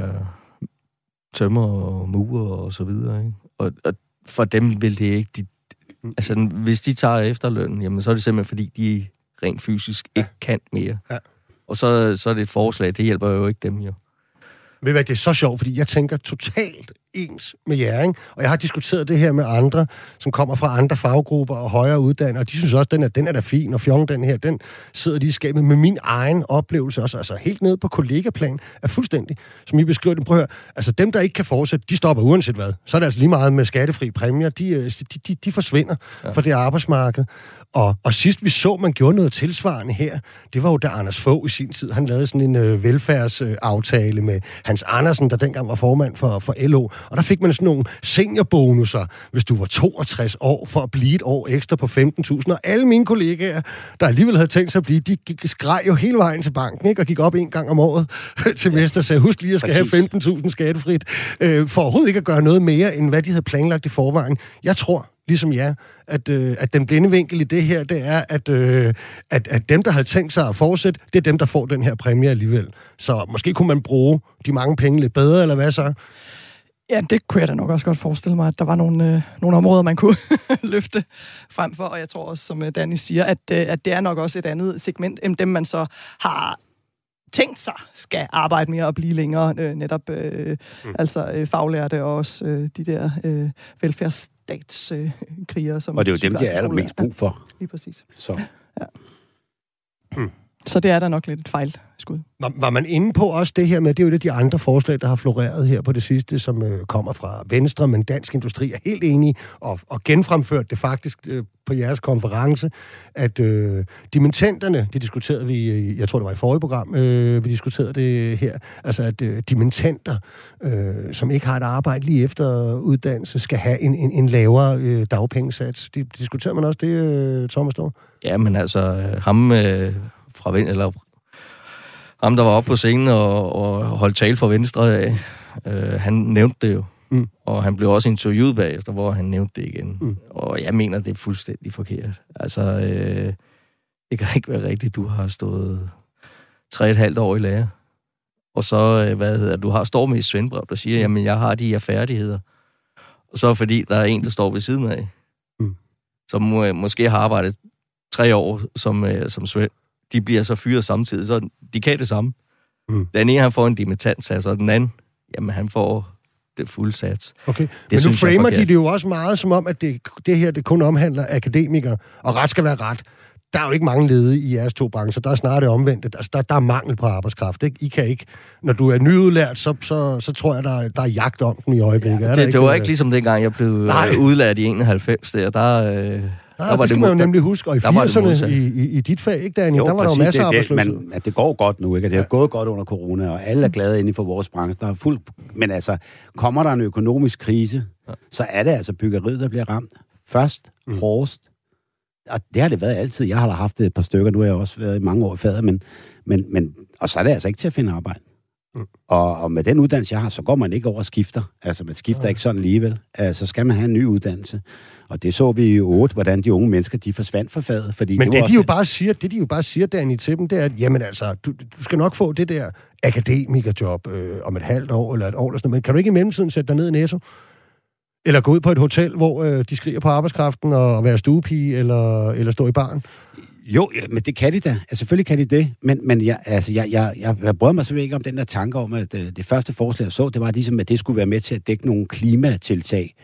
tømmer og murer og så videre, ikke? Og for dem vil det ikke... Altså, hvis de tager efterlønnen, jamen, så er det simpelthen, fordi de rent fysisk ikke kan mere. Ja. Og så er det et forslag, det hjælper jo ikke dem, jo. Ved hvad, det er så sjovt, fordi jeg tænker totalt ens med jer, ikke? Og jeg har diskuteret det her med andre, som kommer fra andre faggrupper og højere uddannede, og de synes også, den er da fin, og fjong, den her, den sidder de i skabet med min egen oplevelse også, altså helt nede på kollegaplan, er fuldstændig, som I beskriver det. Prøv at høre, altså dem, der ikke kan fortsætte, de stopper uanset hvad. Så er det altså lige meget med skattefri præmier, de forsvinder fra det arbejdsmarked. Og sidst vi så, man gjorde noget tilsvarende her, det var jo da Anders Fogh i sin tid, han lavede sådan en velfærdsaftale med Hans Andersen, der dengang var formand for LO, og der fik man sådan nogle seniorbonusser, hvis du var 62 år, for at blive et år ekstra på 15.000, og alle mine kollegaer, der alligevel havde tænkt sig at blive, de skreg jo hele vejen til banken, ikke? Og gik op en gang om året til mester og sagde, husk lige, at jeg skal have 15.000 skattefrit, for overhovedet ikke at gøre noget mere, end hvad de havde planlagt i forvejen. Jeg tror, ligesom jer, at den blinde vinkel i det her, det er, at dem, der havde tænkt sig at fortsætte, det er dem, der får den her præmie alligevel. Så måske kunne man bruge de mange penge lidt bedre, eller hvad så? Ja, det kunne jeg da nok også godt forestille mig, at der var nogle områder, man kunne løfte frem for, og jeg tror også, som Danny siger, at det er nok også et andet segment, end dem, man så har tænkt sig skal arbejde mere og blive længere, netop altså faglærte og også de der velfærdsstatskrigere. Og det er jo dem, der er allermest brug for. Lige præcis. Så. Ja. Så det er der nok lidt et fejlskud. Var man inde på også det her med, det er jo det de andre forslag, der har floreret her på det sidste, som kommer fra Venstre, men Dansk Industri er helt enige og genfremført det faktisk på jeres konference, at dimittenterne, det diskuterede vi, jeg tror det var i forrige program, vi diskuterede det her, altså at dimittenter, som ikke har et arbejde lige efter uddannelse, skal have en lavere dagpengesats. Diskuterer man også det, Thomas Storm? Ja, men altså ham ham, der var oppe på scenen og holdt tale for Venstre af, han nævnte det jo. Og han blev også interviewet bagefter, hvor han nævnte det igen. Og jeg mener, det er fuldstændig forkert. Altså, det kan ikke være rigtigt, du har stået 3,5 år i lære. Og så, du har står med i Svendbrev, der siger, jamen, jeg har de her færdigheder. Og så fordi der er en, der står ved siden af, som måske har arbejdet 3 år som Svend. De bliver så fyret samtidig, så de kan det samme. Den ene, han får en dimittentsats, og den anden, jamen, han får det fulde sats. Okay, men nu framer de det jo også meget som om, at det her, det kun omhandler akademikere, og ret skal være ret. Der er jo ikke mange ledige i jeres 2 brancher. Der er snarere det omvendt. Altså, der er mangel på arbejdskraft. Ikke? I kan ikke... Når du er nyudlært, så tror jeg, der er jagt om den i øjeblikket. Ja, det var ikke ligesom dengang, jeg blev udlært i 91. Der var det skal man jo nemlig huske. Og i 80'erne i dit fag, ikke, Danny? Jo, der var der jo masser af arbejdsløshed. Men det går godt nu, ikke? Det har gået godt under corona, og alle er glade inden for vores branche. Der er fuld... Men altså, kommer der en økonomisk krise, så er det altså byggeriet, der bliver ramt. Først, hårdest. Og det har det været altid. Jeg har da haft et par stykker, nu har jeg også været i mange år i faget, men og så er det altså ikke til at finde arbejde. Og med den uddannelse, jeg har, så går man ikke over og skifter. Altså, man skifter ikke sådan alligevel. Så skal man have en ny uddannelse. Og det så vi i 8, hvordan de unge mennesker, de forsvandt fra faget. Fordi men det de jo bare siger, Danny, til dem, det er, at jamen altså, du skal nok få det der akademikerjob om et halvt år eller et år eller sådan noget. Men kan du ikke i mellemtiden sætte dig ned i Netto? Eller gå ud på et hotel, hvor de skriger på arbejdskraften og være stuepige eller stå i baren? Jo, men det kan de da. Altså, selvfølgelig kan de det. Men jeg brød mig selvfølgelig ikke om den der tanke om, at det første forslag, jeg så, det var ligesom, at det skulle være med til at dække nogle klimatiltag.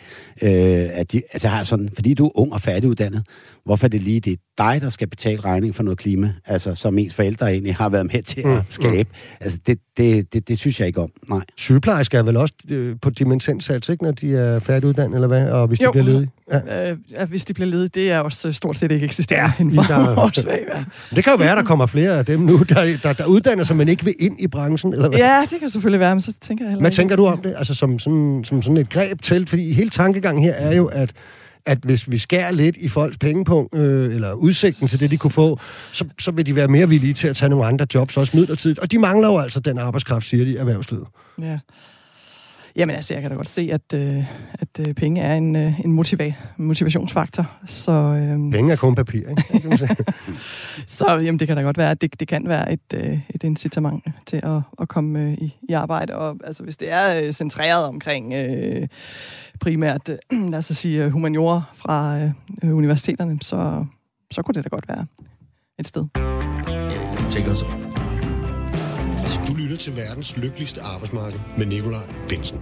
Fordi du er ung og færdiguddannet, hvorfor er det lige det er dig, der skal betale regning for noget klima, altså som ens forældre egentlig har været med til at skabe. Altså, det synes jeg ikke om, nej. Sygeplejersker er vel også på dimensionssats, ikke, når de er færdiguddannet, eller hvad? Og hvis de bliver ledige? Ja, hvis de bliver ledige, det er også stort set ikke eksisterende inden for vores fag. Ja. Det kan jo være, der kommer flere af dem nu, der uddanner sig, men ikke vil ind i branchen, eller hvad? Ja, det kan selvfølgelig være, men så tænker jeg heller Hvad tænker du om det? Altså som sådan et greb til, fordi hele tankegangen her er jo, at hvis vi skærer lidt i folks pengepunkt, eller udsigten til det, de kunne få, så vil de være mere villige til at tage nogle andre jobs, også midlertidigt. Og de mangler jo altså den arbejdskraft, siger de, erhvervslivet. Ja. Jamen altså, jeg kan da godt se, at penge er en motivationsfaktor. Så, penge er kun papir, ikke? Så jamen, det kan da godt være, at det kan være et incitament til at komme i arbejde. Og altså, hvis det er centreret omkring primært, lad os sige, humaniora fra universiteterne, så kunne det da godt være et sted. Jeg tænker så. Du lytter til verdens lykkeligste arbejdsmarked med Nikolaj Bensen.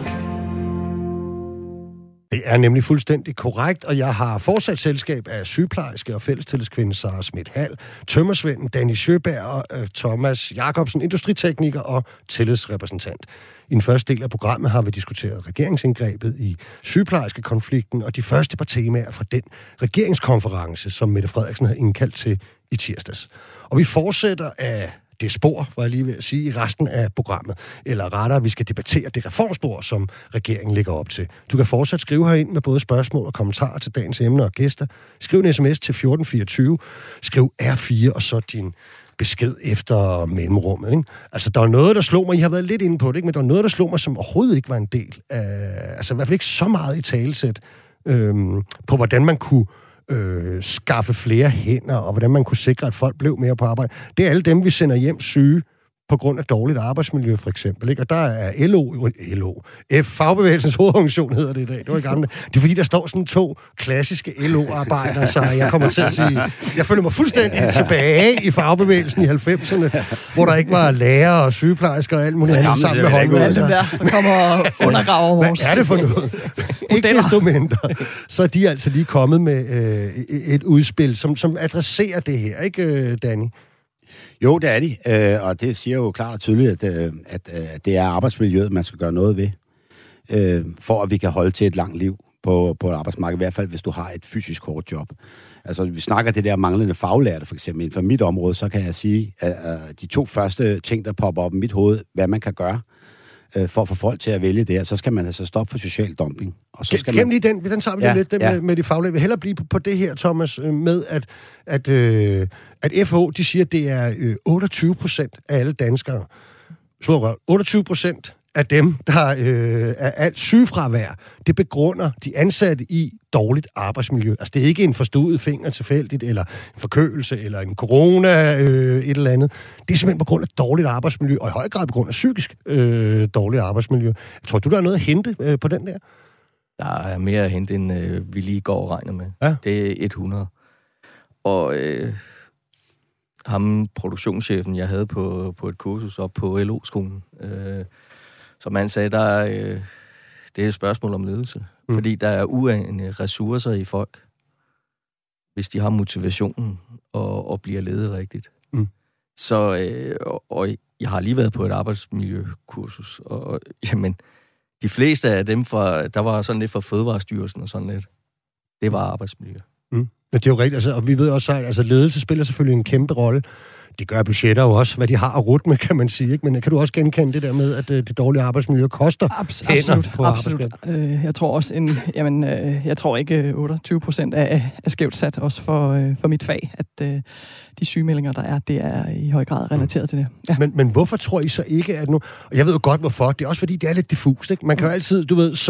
Det er nemlig fuldstændig korrekt, og jeg har fortsat selskab af sygeplejerske og fællestillidskvinde Sara Schmidt-Hall, tømmersvenden Danny Sjøberg og Thomas Jacobsen, industritekniker og tillidsrepræsentant. I den første del af programmet har vi diskuteret regeringsindgrebet i sygeplejerskekonflikten og de første par temaer fra den regeringskonference, som Mette Frederiksen havde indkaldt til i tirsdags. Og vi fortsætter af det spor, var jeg lige ved at sige, i resten af programmet. Eller rettere, vi skal debattere det reformspor, som regeringen lægger op til. Du kan fortsat skrive herind med både spørgsmål og kommentarer til dagens emner og gæster. Skriv en sms til 1424. Skriv R4 og så din besked efter mellemrummet. Ikke? Altså, der var noget, der slog mig. I har været lidt inde på det, ikke? Men der var noget, der slog mig, som overhovedet ikke var en del af... Altså, i hvert fald ikke så meget i talesæt på, hvordan man kunne skaffe flere hænder, og hvordan man kunne sikre, at folk blev mere på arbejde. Det er alle dem, vi sender hjem syge på grund af dårligt arbejdsmiljø, for eksempel. Ikke? Og der er LO, fagbevægelsens hovedorganisation hedder det i dag, det var i gamle. Det er fordi, der står sådan 2 klassiske LO-arbejdere, så jeg kommer til at sige, jeg føler mig fuldstændig tilbage i fagbevægelsen i 90'erne, hvor der ikke var lærer og sygeplejersker og alt muligt andet sammen med håndværkere. Der kommer og undergraver vores... Hvad er det for noget? Ikke desto mindre. Så er de altså lige kommet med et udspil, som adresserer det her, ikke, Danny? Jo, det er de, og det siger jo klart og tydeligt, at det er arbejdsmiljøet, man skal gøre noget ved, for at vi kan holde til et langt liv på et arbejdsmarked, i hvert fald hvis du har et fysisk hårdt job. Altså, vi snakker det der manglende faglærte, for eksempel. Inden for mit område, så kan jeg sige, at de 2 første ting, der popper op i mit hoved, hvad man kan gøre for at få folk til at vælge det her, så skal man altså stoppe for social dumping. Og så skal man... lige den tager vi lidt med de faglige. Jeg vil hellere blive på det her, Thomas, med at FH, de siger, at det er 28% af alle danskere. 28% af dem, der er alt sygefravær, det begrunder de ansatte i dårligt arbejdsmiljø. Altså, det er ikke en forstuet finger tilfældigt, eller en forkølelse, eller en corona, et eller andet. Det er simpelthen på grund af dårligt arbejdsmiljø, og i høj grad på grund af psykisk dårligt arbejdsmiljø. Tror du, der er noget at hente på den der? Der er mere at hente, end vi lige går og regner med. Ja. Det er 100. Og ham, produktionschefen, jeg havde på et kursus op på LO-skolen, som han sagde, det er et spørgsmål om ledelse. Fordi der er uanede ressourcer i folk, hvis de har motivationen og bliver ledet rigtigt. Så, og jeg har lige været på et arbejdsmiljøkursus, og jamen, de fleste af dem der var sådan lidt fra Fødevarestyrelsen og sådan lidt, det var arbejdsmiljø. Men det er jo rigtigt, og vi ved også, at ledelse spiller selvfølgelig en kæmpe rolle. Det gør budgetter jo også, hvad de har at rutte med, kan man sige. Ikke? Men kan du også genkende det der med, at det dårlige arbejdsmiljø koster Absolut. Jeg tror også, jeg tror ikke 28% er skævt sat, også for mit fag, at de sygemeldinger, der er, det er i høj grad relateret til det. Ja. Men hvorfor tror I så ikke, at nu... Og jeg ved jo godt, hvorfor. Det er også, fordi det er lidt diffust. Ikke? Man kan jo altid, du ved,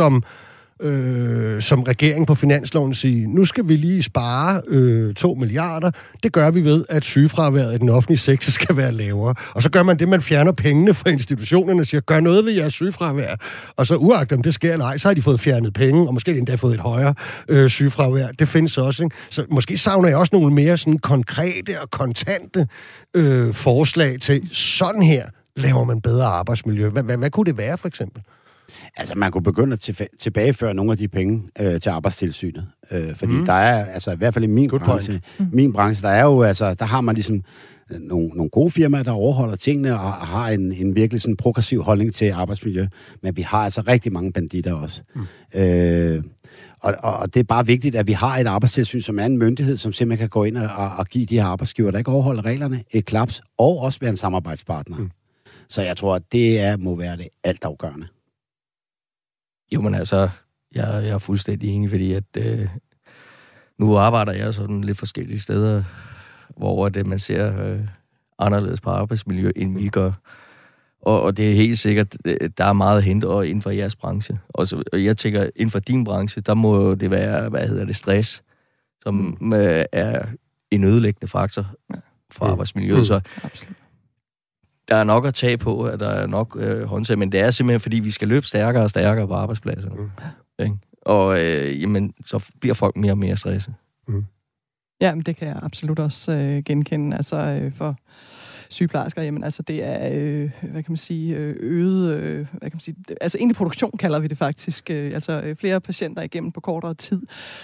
som regering på finansloven sige, nu skal vi lige spare 2 milliarder. Det gør vi ved, at sygefraværet i den offentlige sektor skal være lavere. Og så gør man det, man fjerner pengene fra institutionerne og siger, gør noget ved jeres sygefravær. Og så uagtet om det sker eller ej, så har de fået fjernet penge, og måske endda fået et højere sygefravær. Det findes også, ikke? Så måske savner jeg også nogle mere sådan konkrete og kontante forslag til, sådan her laver man bedre arbejdsmiljø. Hvad kunne det være, for eksempel? Altså, man kunne begynde at tilbageføre nogle af de penge til Arbejdstilsynet. Fordi der er, altså i hvert fald i min branche, der er jo, altså, der har man ligesom nogle gode firmaer, der overholder tingene og har en virkelig sådan progressiv holdning til arbejdsmiljø. Men vi har altså rigtig mange banditter også. Og det er bare vigtigt, at vi har et arbejdstilsyn, som er en myndighed, som simpelthen kan gå ind og give de her arbejdsgiver, der ikke overholder reglerne, et klaps, og også være en samarbejdspartner. Så jeg tror, at det må være det altafgørende. Jo, men altså, jeg er fuldstændig enig, fordi at nu arbejder jeg sådan lidt forskellige steder, hvor det, man ser anderledes på arbejdsmiljø, end vi gør. Og det er helt sikkert, der er meget at hente inden for jeres branche. Og jeg tænker, inden for din branche, der må det være, stress, som er en ødelæggende faktor for arbejdsmiljøet. Så der er nok at tage på, at der er nok håndtag, men det er simpelthen, fordi vi skal løbe stærkere og stærkere på arbejdspladserne. Og så bliver folk mere og mere stresset. Ja, men det kan jeg absolut også genkende. Altså for sygeplejersker, jamen altså det er, hvad kan man sige, øget, hvad kan man sige, altså egentlig produktion kalder vi det faktisk. Altså flere patienter igennem på kortere tid.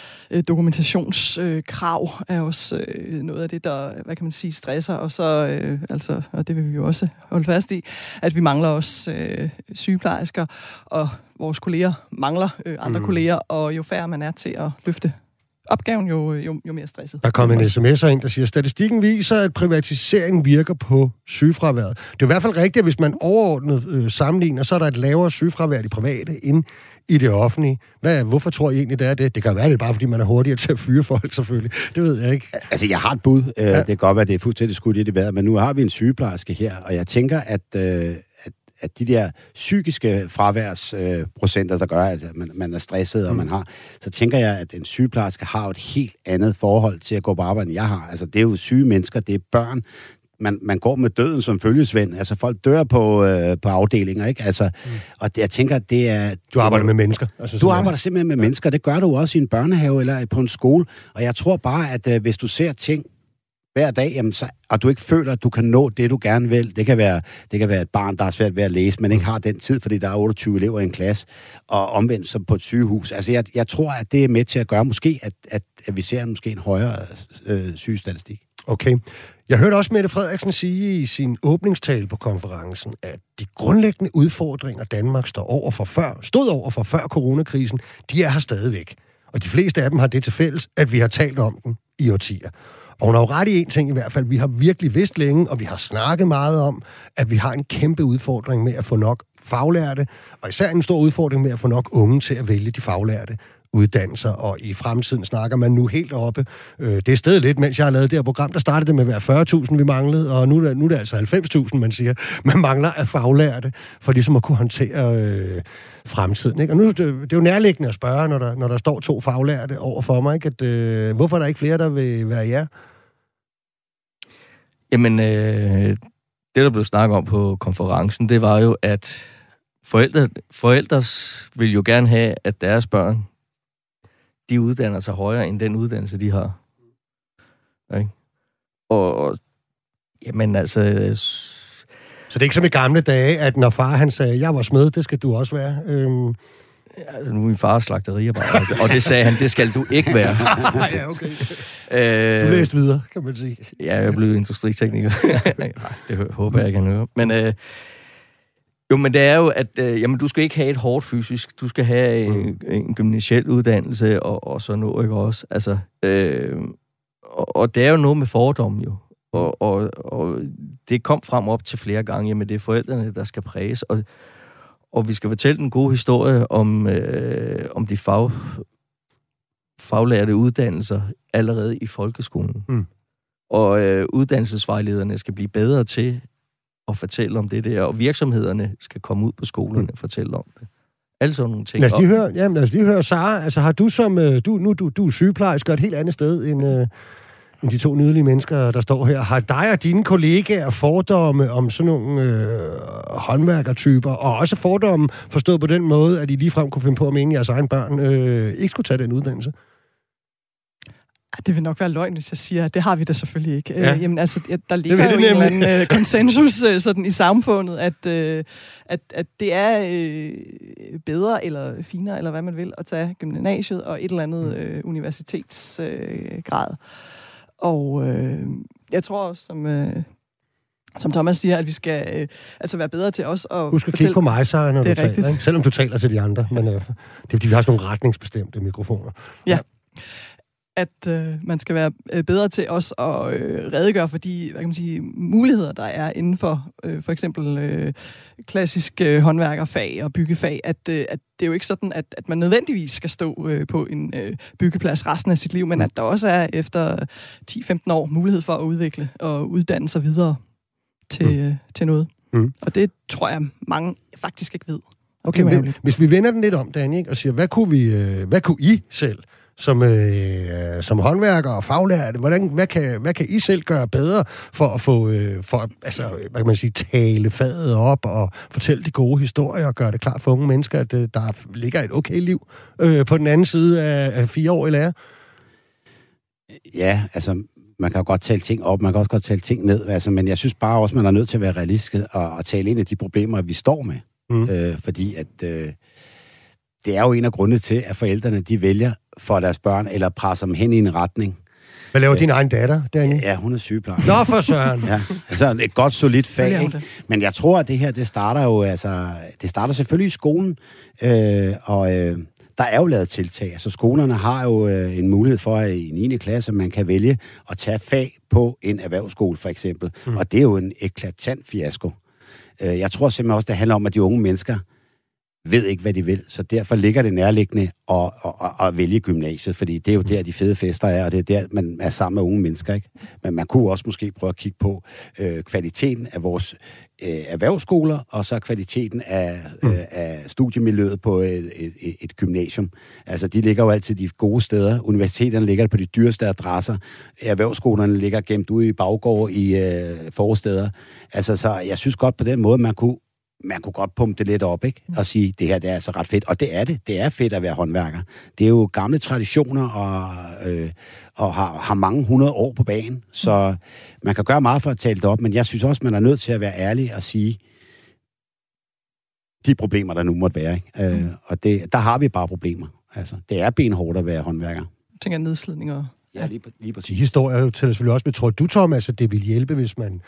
Dokumentationskrav er også noget af det, der, hvad kan man sige, stresser, og så, og det vil vi jo også holde fast i, at vi mangler også sygeplejersker, og vores kolleger mangler andre kolleger, og jo færre man er til at løfte opgaven, jo mere stresset. Der kom en sms'er ind, der siger, statistikken viser, at privatisering virker på sygefraværet. Det er i hvert fald rigtigt, at hvis man overordnet sammenligner, så er der et lavere sygefravær i det private end i det offentlige. Hvorfor tror I egentlig, det er det? Det kan være, det er bare, fordi man er hurtigere til at fyre folk, selvfølgelig. Det ved jeg ikke. Altså, jeg har et bud. Det kan godt være, det er fuldstændig skudt i det vejret, men nu har vi en sygeplejerske her, og jeg tænker, at de der psykiske fraværsprocenter, der gør, at man er stresset, og man har, så tænker jeg, at en sygeplejerske har et helt andet forhold til at gå på arbejde, end jeg har. Altså, det er jo syge mennesker, det er børn. Man går med døden som følgesvend. Altså, folk dør på afdelinger, ikke? Altså, og jeg tænker, at det er... Du arbejder med mennesker. Altså, du arbejder simpelthen med mennesker. Det gør du også i en børnehave eller på en skole. Og jeg tror bare, at hvis du ser ting hver dag, jamen, og du ikke føler, at du kan nå det, du gerne vil. Det kan være et barn, der er svært ved at læse, men ikke har den tid, fordi der er 28 elever i en klasse, og omvendt som på et sygehus. Altså, jeg tror, at det er med til at gøre måske, at vi ser måske en højere sygestatistik. Okay. Jeg hørte også Mette Frederiksen sige i sin åbningstale på konferencen, at de grundlæggende udfordringer, Danmark stod over for før coronakrisen, de er her stadigvæk. Og de fleste af dem har det til fælles, at vi har talt om den i årtier. Og hun har jo ret i en ting i hvert fald. Vi har virkelig vidst længe, og vi har snakket meget om, at vi har en kæmpe udfordring med at få nok faglærte, og især en stor udfordring med at få nok unge til at vælge de faglærte uddannelser, og i fremtiden snakker man nu helt oppe. Det er stedet lidt, mens jeg har lavet det her program, der startede det med at være 40.000, vi manglede, og nu er det altså 90.000, man siger. Man mangler af faglærte, for ligesom at kunne håndtere fremtiden. Ikke? Og nu det er jo nærliggende at spørge, når der står 2 faglærte over for mig, ikke? At, hvorfor er der ikke flere, der vil være jer? Jamen, det der blev snakket om på konferencen, det var jo, at forældre vil jo gerne have, at deres børn, de uddanner sig højere end den uddannelse, de har. Okay? Og jamen altså... Så det er ikke som i gamle dage, at når far han sagde, jeg var smed, det skal du også være? Altså, nu er min far slagteriarbejder, og det sagde han, det skal du ikke være. Ja, okay. Du læste videre, kan man sige. Ja, jeg blev industritekniker. Nej, det håber jeg ikke, han hører. Men Jo, men det er jo, at du skal ikke have et hårdt fysisk. Du skal have en gymnasiel uddannelse og så noget, ikke også? Altså, og det er jo noget med fordomme, jo. Og det kom frem op til flere gange, men det er forældrene, der skal præges. Og vi skal fortælle den gode historie om de faglærte uddannelser allerede i folkeskolen. Og uddannelsesvejlederne skal blive bedre til at fortælle om det der, og virksomhederne skal komme ud på skolerne og fortælle om det. Alle sådan nogle ting. Lad os lige høre, Sara, altså har du som, du er sygeplejerske et helt andet sted end de to nydelige mennesker, der står her. Har dig og dine kollegaer fordomme om sådan nogle håndværkertyper, og også fordomme forstået på den måde, at I ligefrem kunne finde på at mene, at jeres egen børn ikke skulle tage den uddannelse? Det vil nok være løgn, hvis jeg siger, at det har vi da selvfølgelig ikke. Ja. Jamen, altså, der ligger jo en eller anden konsensus sådan i samfundet, at det er bedre eller finere, eller hvad man vil, at tage gymnasiet og et eller andet universitetsgrad. Og jeg tror også, som Thomas siger, at vi skal være bedre til os at husk at kigge på mig, Sara, når du taler. Ikke? Selvom du taler til de andre. Men det er fordi, vi har sådan nogle retningsbestemte mikrofoner. Ja. At man skal være bedre til også at redegøre for de muligheder, der er inden for for eksempel klassisk håndværkerfag og byggefag. At det er jo ikke sådan, at man nødvendigvis skal stå på en byggeplads resten af sit liv, men at der også er efter 10-15 år mulighed for at udvikle og uddanne sig videre til noget. Og det tror jeg, mange faktisk ikke ved. Okay, hvis vi vender den lidt om, Dani, og siger, hvad kunne I selv som håndværker og faglærte, hvad kan I selv gøre bedre for at få, hvad kan man sige, tale faget op og fortælle de gode historier og gøre det klart for unge mennesker, at der ligger et okay liv på den anden side af 4 år i lære? Ja, altså, man kan jo godt tale ting op, man kan også godt tale ting ned, altså, men jeg synes bare også, man er nødt til at være realistisk og tale ind af de problemer, vi står med. Fordi at det er jo en af grundene til, at forældrene, de vælger for deres børn, eller presser dem hen i en retning. Hvad laver din egen datter, Daniel? Ja, hun er sygeplejerske. Nå, for søren! Ja, altså et godt, solidt fag, ikke? Men jeg tror, at det her, det starter selvfølgelig i skolen, der er jo lavet tiltag. Altså skolerne har jo en mulighed for, at i 9. klasse, man kan vælge at tage fag på en erhvervsskole, for eksempel. Og det er jo en eklatant fiasko. Jeg tror simpelthen også, det handler om, at de unge mennesker ved ikke, hvad de vil. Så derfor ligger det nærliggende at vælge gymnasiet, fordi det er jo der, de fede fester er, og det er der, man er sammen med unge mennesker, ikke? Men man kunne også måske prøve at kigge på kvaliteten af vores erhvervsskoler, og så kvaliteten af studiemiljøet på et gymnasium. Altså, de ligger jo altid de gode steder. Universiteterne ligger på de dyreste adresser. Erhvervsskolerne ligger gemt ude i baggårde i forsteder. Altså, så jeg synes godt på den måde, man kunne godt pumpe det lidt op, ikke? Og sige, det her, det er altså ret fedt. Og det er det. Det er fedt at være håndværker. Det er jo gamle traditioner, og har mange 100 år på banen. Så man kan gøre meget for at tale det op, men jeg synes også, man er nødt til at være ærlig og sige de problemer, der nu måtte være, ikke? Og der har vi bare problemer. Altså, det er benhårdt at være håndværker. Jeg tænker nedslidninger. Ja, lige præcis. De historier jo tæller selvfølgelig også med. Tror du, Thomas, at det vil hjælpe, hvis man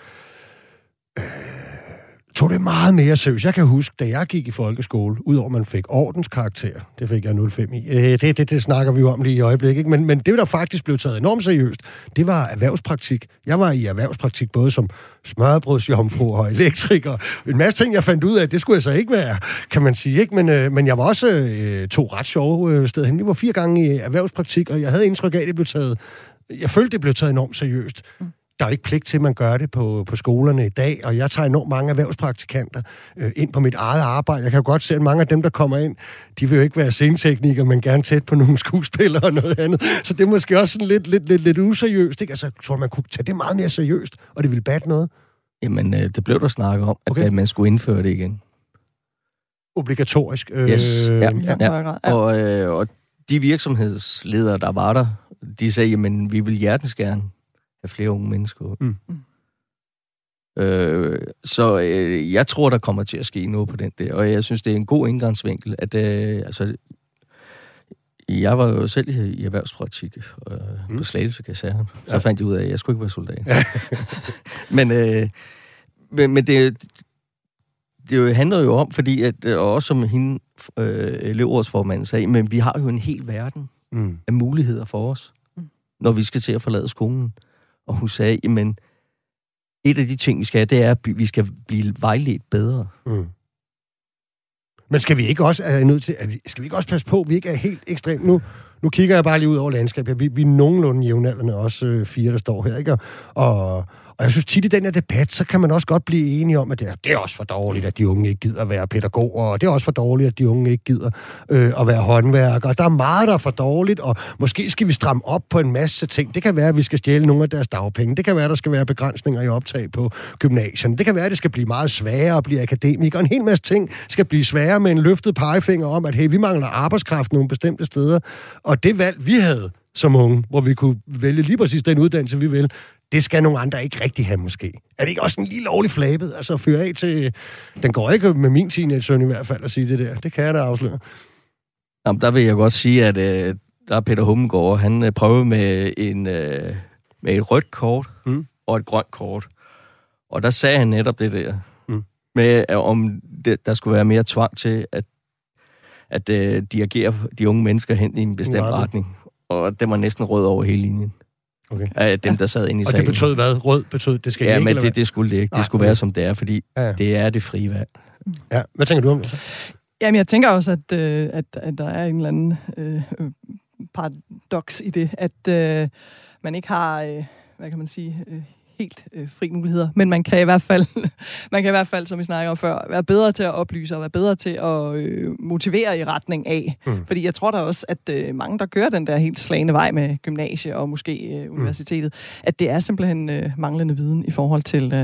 tog det meget mere seriøst? Jeg kan huske, da jeg gik i folkeskole, udover man fik ordenskarakter, det fik jeg 0,5 i. Det snakker vi jo om lige i øjeblikket, ikke? Men det, der faktisk blev taget enormt seriøst, det var erhvervspraktik. Jeg var i erhvervspraktik både som smørrebrødsjomfru og elektriker. En masse ting, jeg fandt ud af, det skulle jeg så ikke være, kan man sige, ikke? Men jeg var også to ret sjove steder hen. Vi var 4 gange i erhvervspraktik, og jeg havde indtryk af, at jeg følte, det blev taget enormt seriøst. Der er ikke pligt til, at man gør det på skolerne i dag, og jeg tager enormt mange erhvervspraktikanter ind på mit eget arbejde. Jeg kan jo godt se, at mange af dem, der kommer ind, de vil jo ikke være sceneteknikere, men gerne tæt på nogle skuespillere og noget andet. Så det er måske også sådan lidt useriøst, ikke? Altså, jeg tror, man kunne tage det meget mere seriøst, og det ville batte noget. Jamen, det blev der snakket om, at man skulle indføre det igen. Obligatorisk. Yes, ja. Og de virksomhedsledere, der var der, de sagde, jamen, vi vil hjertens gerne af flere unge mennesker. Så jeg tror, der kommer til at ske noget på den der, og jeg synes, det er en god indgangsvinkel, at jeg var jo selv i erhvervspraktik på Slagelse Kaserne. Så fandt jeg ud af, at jeg skulle ikke være soldat. Men det det handler jo om, fordi at, også som hende, elevrådsformanden sagde, men vi har jo en hel verden af muligheder for os, når vi skal til at forlade skolen. Og hun sagde, jamen, et af de ting, vi skal have, det er, at vi skal blive vejledt bedre. Men skal vi ikke også skal vi ikke også passe på, at vi ikke er helt ekstremt nu kigger jeg bare lige ud over landskabet. Vi er nogenlunde jævnaldrende, også 4, der står her, ikke? Og jeg synes tit i den her debat, så kan man også godt blive enige om, at det er også for dårligt, at de unge ikke gider at være pædagoger, og det er også for dårligt, at de unge ikke gider at være håndværkere. Der er meget, der er for dårligt, og måske skal vi stramme op på en masse ting. Det kan være, at vi skal stjæle nogle af deres dagpenge. Det kan være, at der skal være begrænsninger i optag på gymnasierne. Det kan være, at det skal blive meget sværere at blive akademiker. Og en hel masse ting skal blive sværere med en løftet pegefinger om, at hey, vi mangler arbejdskraft nogle bestemte steder. Og det valg, vi havde som unge, hvor vi kunne vælge lige præcis den uddannelse, vi vil, det skal nogle andre ikke rigtig have, måske. Er det ikke også en lige lovlig flabet? Altså at føre af til... Den går ikke med min teenage-søn i hvert fald at sige det der. Det kan jeg da afsløre. Jamen, der vil jeg godt sige, at der er Peter Hummelgaard, han prøvede med et rødt kort og et grønt kort. Og der sagde han netop det der. Med, om der skulle være mere tvang til, at dirigere de unge mennesker hen i en bestemt retning. Og det var næsten rød over hele linjen. Okay. Af dem, der sad inde i salen. Og det betød hvad? Rød betød, det skal ikke, men det skulle det ikke. Det skulle være, som det er, fordi det er det frie valg. Ja, hvad tænker du om det? Jamen, jeg tænker også, at der er en eller anden paradoks i det, at man ikke har, hvad kan man sige, helt fri muligheder, men man kan i hvert fald, som vi snakker om før, være bedre til at oplyse og være bedre til at motivere i retning af. Fordi jeg tror da også, at mange, der kører den der helt slagende vej med gymnasie og måske universitetet, at det er simpelthen manglende viden i forhold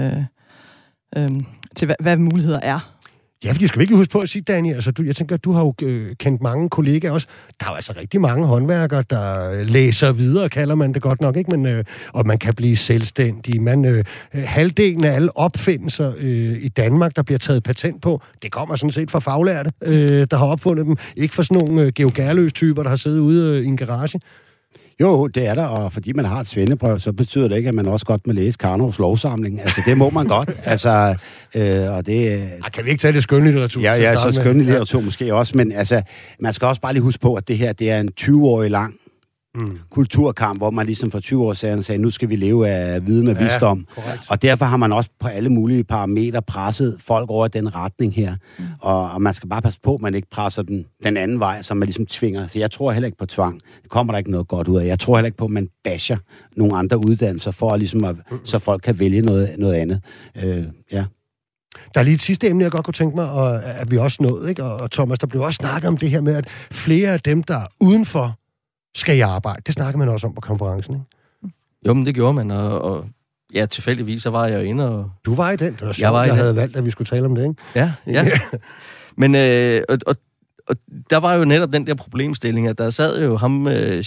til hvad muligheder er. Ja, fordi skal vi ikke huske på at sige, Daniel, altså jeg tænker, du har jo kendt mange kollegaer også. Der er jo altså rigtig mange håndværkere, der læser videre, kalder man det godt nok, ikke? Men, og man kan blive selvstændig. Halvdelen af alle opfindelser i Danmark, der bliver taget patent på, det kommer sådan set fra faglærte, der har opfundet dem. Ikke fra sådan nogle Georg Gerløs-typer, der har siddet ude i en garage. Jo, det er der, og fordi man har et svendeprøv, så betyder det ikke, at man også godt må læse Karnovs lovsamling. Altså, det må man godt. Altså, og det... Kan vi ikke tage det skønlitteratur? Ja, så skønlitteratur måske også, men altså, man skal også bare lige huske på, at det her, det er en 20-årig lang kulturkamp, hvor man ligesom for 20 år siden sagde, nu skal vi leve af viden og visdom. Korrekt. Og derfor har man også på alle mulige parametre presset folk over den retning her. Og man skal bare passe på, at man ikke presser den anden vej, som man ligesom tvinger. Så jeg tror heller ikke på tvang. Det kommer der ikke noget godt ud af. Jeg tror heller ikke på, at man basher nogle andre uddannelser, for ligesom så folk kan vælge noget andet. Ja. Der er lige et sidste emne, jeg godt kunne tænke mig, og at vi også nåede, ikke? Og Thomas, der blev også snakket om det her med, at flere af dem, der er udenfor, skal i arbejde. Det snakker man også om på konferencen, ikke? Jo, men det gjorde man, og ja, tilfældigvis, så var jeg jo inde, og... Du var i den? Det var sjovt, jeg havde valgt, at vi skulle tale om det, ikke? Ja. Men, og der var jo netop den der problemstilling, at der sad jo ham, en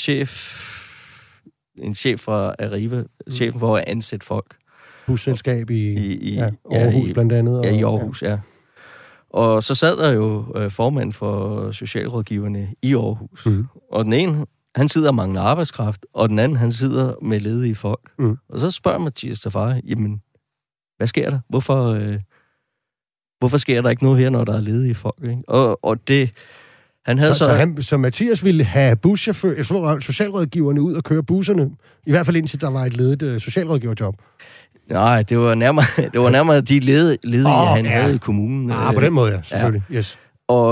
chef fra Arriva, chefen for at ansætte folk. Busselskab i Aarhus blandt andet. Ja, i Aarhus, ja. Og så sad der jo formand for socialrådgiverne i Aarhus. Og den ene, han sidder og mangler arbejdskraft, og den anden, han sidder med ledige folk. Og så spørger Mathias Tafari, jamen, hvad sker der? Hvorfor sker der ikke noget her, når der er ledige folk? Ikke? Og det... Han havde så Mathias ville have socialrådgiverne ud og køre busserne, i hvert fald indtil der var et ledigt socialrådgiverjob. Nej, det var nærmere de ledige, han havde i kommunen. På den måde, ja, selvfølgelig. Ja. Yes.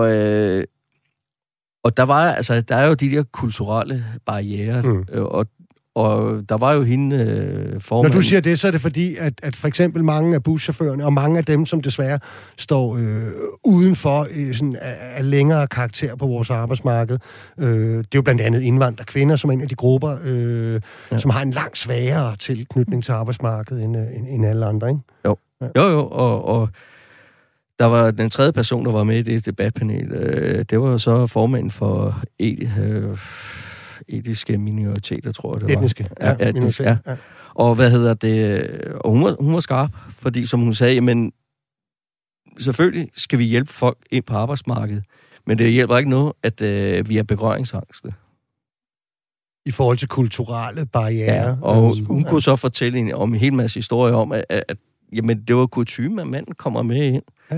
Og der er jo de der kulturelle barrierer, og der var jo hende formand. Når du siger det, så er det fordi, at for eksempel mange af buschaufførerne, og mange af dem, som desværre står udenfor sådan af længere karakter på vores arbejdsmarked, det er jo blandt andet indvandrerkvinder, som er en af de grupper, som har en langt sværere tilknytning til arbejdsmarkedet end alle andre, ikke? Jo, ja. Jo, og der var den tredje person, der var med i det debatpanel. Det var jo så formanden for etiske minoriteter, tror jeg, det var. Etniske, ja. Og og hun var skarp, fordi som hun sagde, jamen, selvfølgelig skal vi hjælpe folk ind på arbejdsmarkedet, men det hjælper ikke noget, at vi er berøringsangste. I forhold til kulturelle barrierer. Ja, og hun kunne så fortælle om en hel masse historier om, at jamen, det var kutyme, at manden kommer med ind. Ja.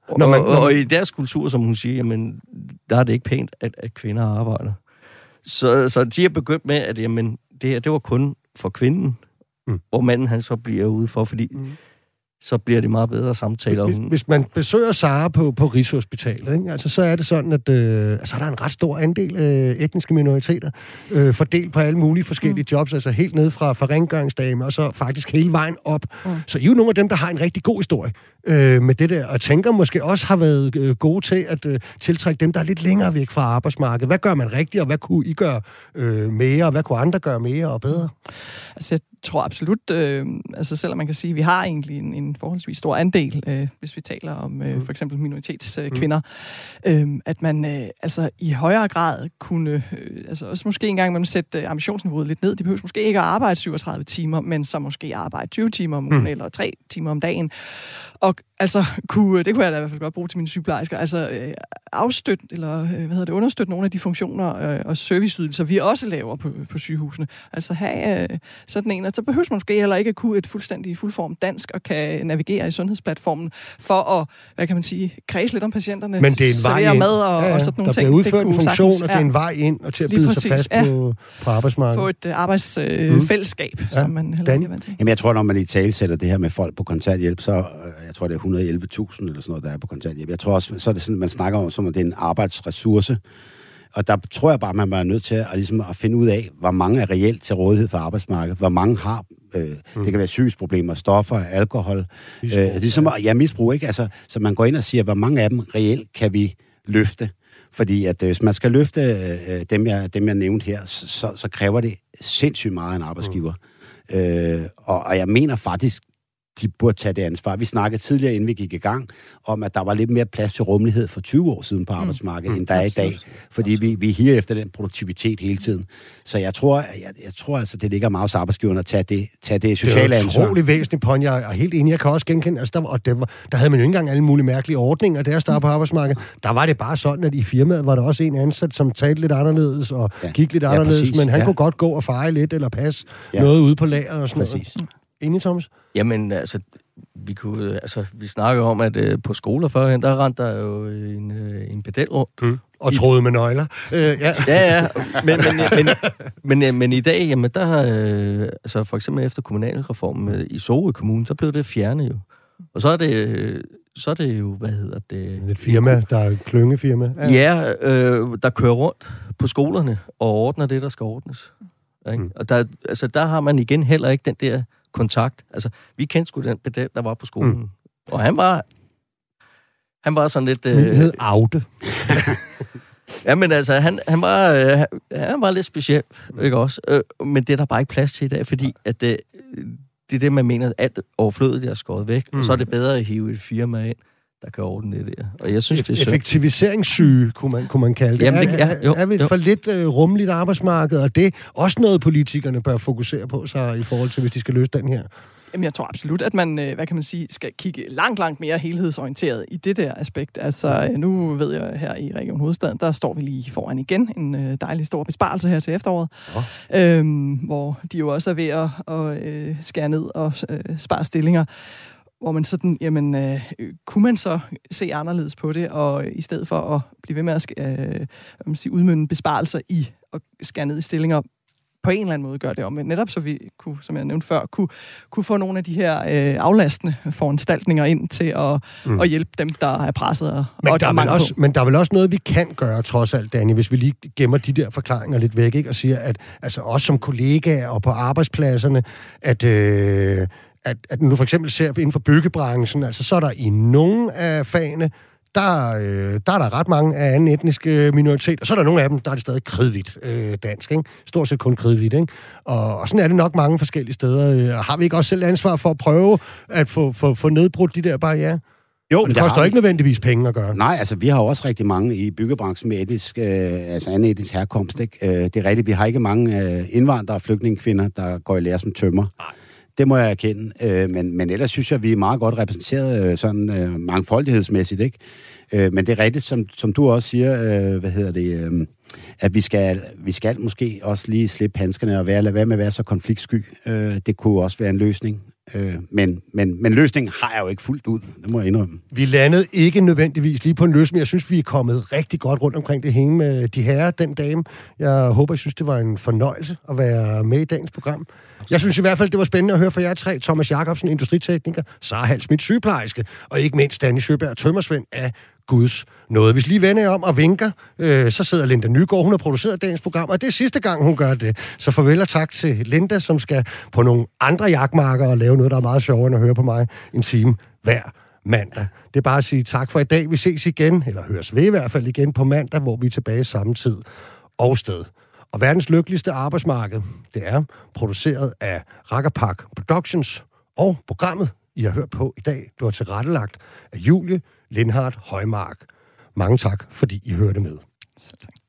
Og i deres kultur, som hun siger, jamen, der er det ikke pænt, at kvinder arbejder. Så de er begyndt med, at jamen, det var kun for kvinden, hvor manden han så bliver ude for, fordi så bliver det meget bedre samtaler. Hvis man besøger Sara på Rigshospitalet, ikke? Altså, så er det sådan, at altså, der er en ret stor andel etniske minoriteter, fordelt på alle mulige forskellige jobs, altså helt ned fra rengøringsdame, og så faktisk hele vejen op. Så I er jo nogle af dem, der har en rigtig god historie med det der, og tænker måske også har været gode til at tiltrække dem, der er lidt længere væk fra arbejdsmarkedet. Hvad gør man rigtigt, og hvad kunne I gøre mere, og hvad kunne andre gøre mere og bedre? Altså, jeg tror absolut, altså selvom man kan sige, at vi har egentlig en forholdsvis stor andel, hvis vi taler om for eksempel minoritetskvinder, at man altså i højere grad kunne, altså også måske engang man sætte ambitionsniveauet lidt ned. De behøver måske ikke at arbejde 37 timer, men så måske arbejde 20 timer om ugen, eller 3 timer om dagen. Og altså, det kunne jeg da i hvert fald godt bruge til mine sygeplejersker, altså afstøtte, eller understøtte nogle af de funktioner og serviceydelser, vi også laver på sygehusene. Altså have sådan en, og så behøver man måske heller ikke at kunne et fuldstændig fuldform dansk og kan navigere i sundhedsplatformen for at, hvad kan man sige, kredse lidt om patienterne. Men det er en vej ind. Mad og sådan nogle ting. Der bliver udført en funktion, og det er en vej ind og til at bide sig fast på arbejdsmarkedet. Få et arbejdsfællesskab, som man heller ikke er vant til. Jamen, jeg tror, når man i tale sætter det her med folk på kontanthjælp, så jeg tror, det er 111.000 eller sådan noget, der er på kontanthjælp. Jeg tror også, så er det sådan, man snakker om, som at det er en arbejdsressource. Og der tror jeg bare, man er nødt til at finde ud af, hvor mange er reelt til rådighed for arbejdsmarkedet, hvor mange har, det kan være sygesproblemer, stoffer, alkohol, misbrug, ikke? Altså, så man går ind og siger, hvor mange af dem reelt kan vi løfte. Fordi at hvis man skal løfte dem, jeg nævnte her, så kræver det sindssygt meget af en arbejdsgiver. Og jeg mener faktisk, de burde tage det ansvar. Vi snakkede tidligere, inden vi gik i gang, om, at der var lidt mere plads til rummelighed for 20 år siden på arbejdsmarkedet, end der er i dag. Fordi vi higer efter den produktivitet hele tiden. Så jeg tror altså, det ligger meget hos arbejdsgiverne at tage det sociale ansvar. Det er utroligt væsentligt, Pony. Jeg er helt enig. Jeg kan også genkende, altså der havde man jo ikke engang alle mulige mærkelige ordninger, der startede på arbejdsmarkedet. Der var det bare sådan, at i firmaet var der også en ansat, som talte lidt anderledes og gik lidt anderledes, præcis, men han kunne godt gå og feje lidt eller passe noget ude på lager og sådan noget. Enig, Thomas? Jamen, altså, vi snakker om, at på skoler førhen, der rendte der jo en pedel rundt. Og troede med nøgler. Ja. Men i dag, jamen, der altså for eksempel efter kommunalreformen i Sorø Kommune, så blev det fjernet jo. Og så er det jo, hvad hedder det? Et firma, der er et klyngefirma. Ja, der kører rundt på skolerne og ordner det, der skal ordnes. Og der har man igen heller ikke den der kontakt. Altså, vi kendte sgu den pedel, der var på skolen. Og han var sådan lidt... Min hed Aude. Ja, men altså, han var lidt speciel, ikke også? Men det er der bare ikke plads til i dag, fordi at det er det, man mener, at overflødet er skåret væk, og så er det bedre at hive et firma ind, der kan ordne det der. Og jeg synes, det er synd. Effektiviseringssyge, kunne man kalde det. Jamen, er vi for lidt rummeligt arbejdsmarked, og det er også noget, politikerne bør fokusere på sig i forhold til, hvis de skal løse den her? Jamen, jeg tror absolut, at man, hvad kan man sige, skal kigge langt mere helhedsorienteret i det der aspekt. Altså, nu ved jeg, her i Region Hovedstaden, der står vi lige foran igen en dejlig stor besparelse her til efteråret, hvor de jo også er ved at skære ned og spare stillinger. Hvor man sådan, jamen, kunne man så se anderledes på det, og i stedet for at blive ved med at udmønte besparelser i at skære ned i stillinger, på en eller anden måde gøre det om. Men netop så vi kunne, som jeg nævnte før, kunne få nogle af de her aflastende foranstaltninger ind til at hjælpe dem, der er presset. Men der er vel også noget, vi kan gøre, trods alt, Danny, hvis vi lige gemmer de der forklaringer lidt væk, ikke? Og siger, at altså, også som kollegaer og på arbejdspladserne, at nu for eksempel ser inden for byggebranchen, altså så er der i nogle af fagene, der er der ret mange af anden etniske minoriteter, og så er der nogle af dem, der er det stadig kridhvidt dansk, ikke? Stort set kun kridhvidt, ikke? Og sådan er det nok mange forskellige steder. Har vi ikke også selv ansvar for at prøve at få nedbrudt de der barrierer? Jo, men det koster ikke nødvendigvis penge at gøre. Nej, altså vi har jo også rigtig mange i byggebranchen med anden etnisk herkomst, ikke? Det er rigtigt, vi har ikke mange indvandrere og flygtningekvinder, der går i lære som tømrer. Det må jeg erkende, men ellers synes jeg, vi er meget godt repræsenteret sådan mangfoldighedsmæssigt, ikke? Men det er rigtigt, som du også siger, at vi skal måske også lige slippe handskerne og lade være med at være så konfliktsky. Det kunne også være en løsning. Men løsningen har jeg jo ikke fuldt ud, det må jeg indrømme. Vi landede ikke nødvendigvis lige på en løsning, men jeg synes, vi er kommet rigtig godt rundt omkring det hele med de herrer, den dame. Jeg håber, I synes, det var en fornøjelse at være med i dagens program. Jeg synes i hvert fald, det var spændende at høre fra jer tre. Thomas Jacobsen, industritekniker, Sara Halsmidt, sygeplejerske, og ikke mindst Danny Sjøberg, tømmersvend af Guds nåde. Hvis lige vender om og vinker, så sidder Linda Nygaard. Hun har produceret dagens program, og det er sidste gang, hun gør det. Så farvel og tak til Linda, som skal på nogle andre jagtmarker og lave noget, der er meget sjovere end at høre på mig en time hver mandag. Det er bare at sige tak for i dag. Vi ses igen, eller høres ved i hvert fald igen på mandag, hvor vi er tilbage samme tid og sted. Og verdens lykkeligste arbejdsmarked, det er produceret af Rakkerpak Productions, og programmet, I har hørt på i dag, det var tilrettelagt af Julie Lindhardt Højmark. Mange tak, fordi I hørte med. Så tak.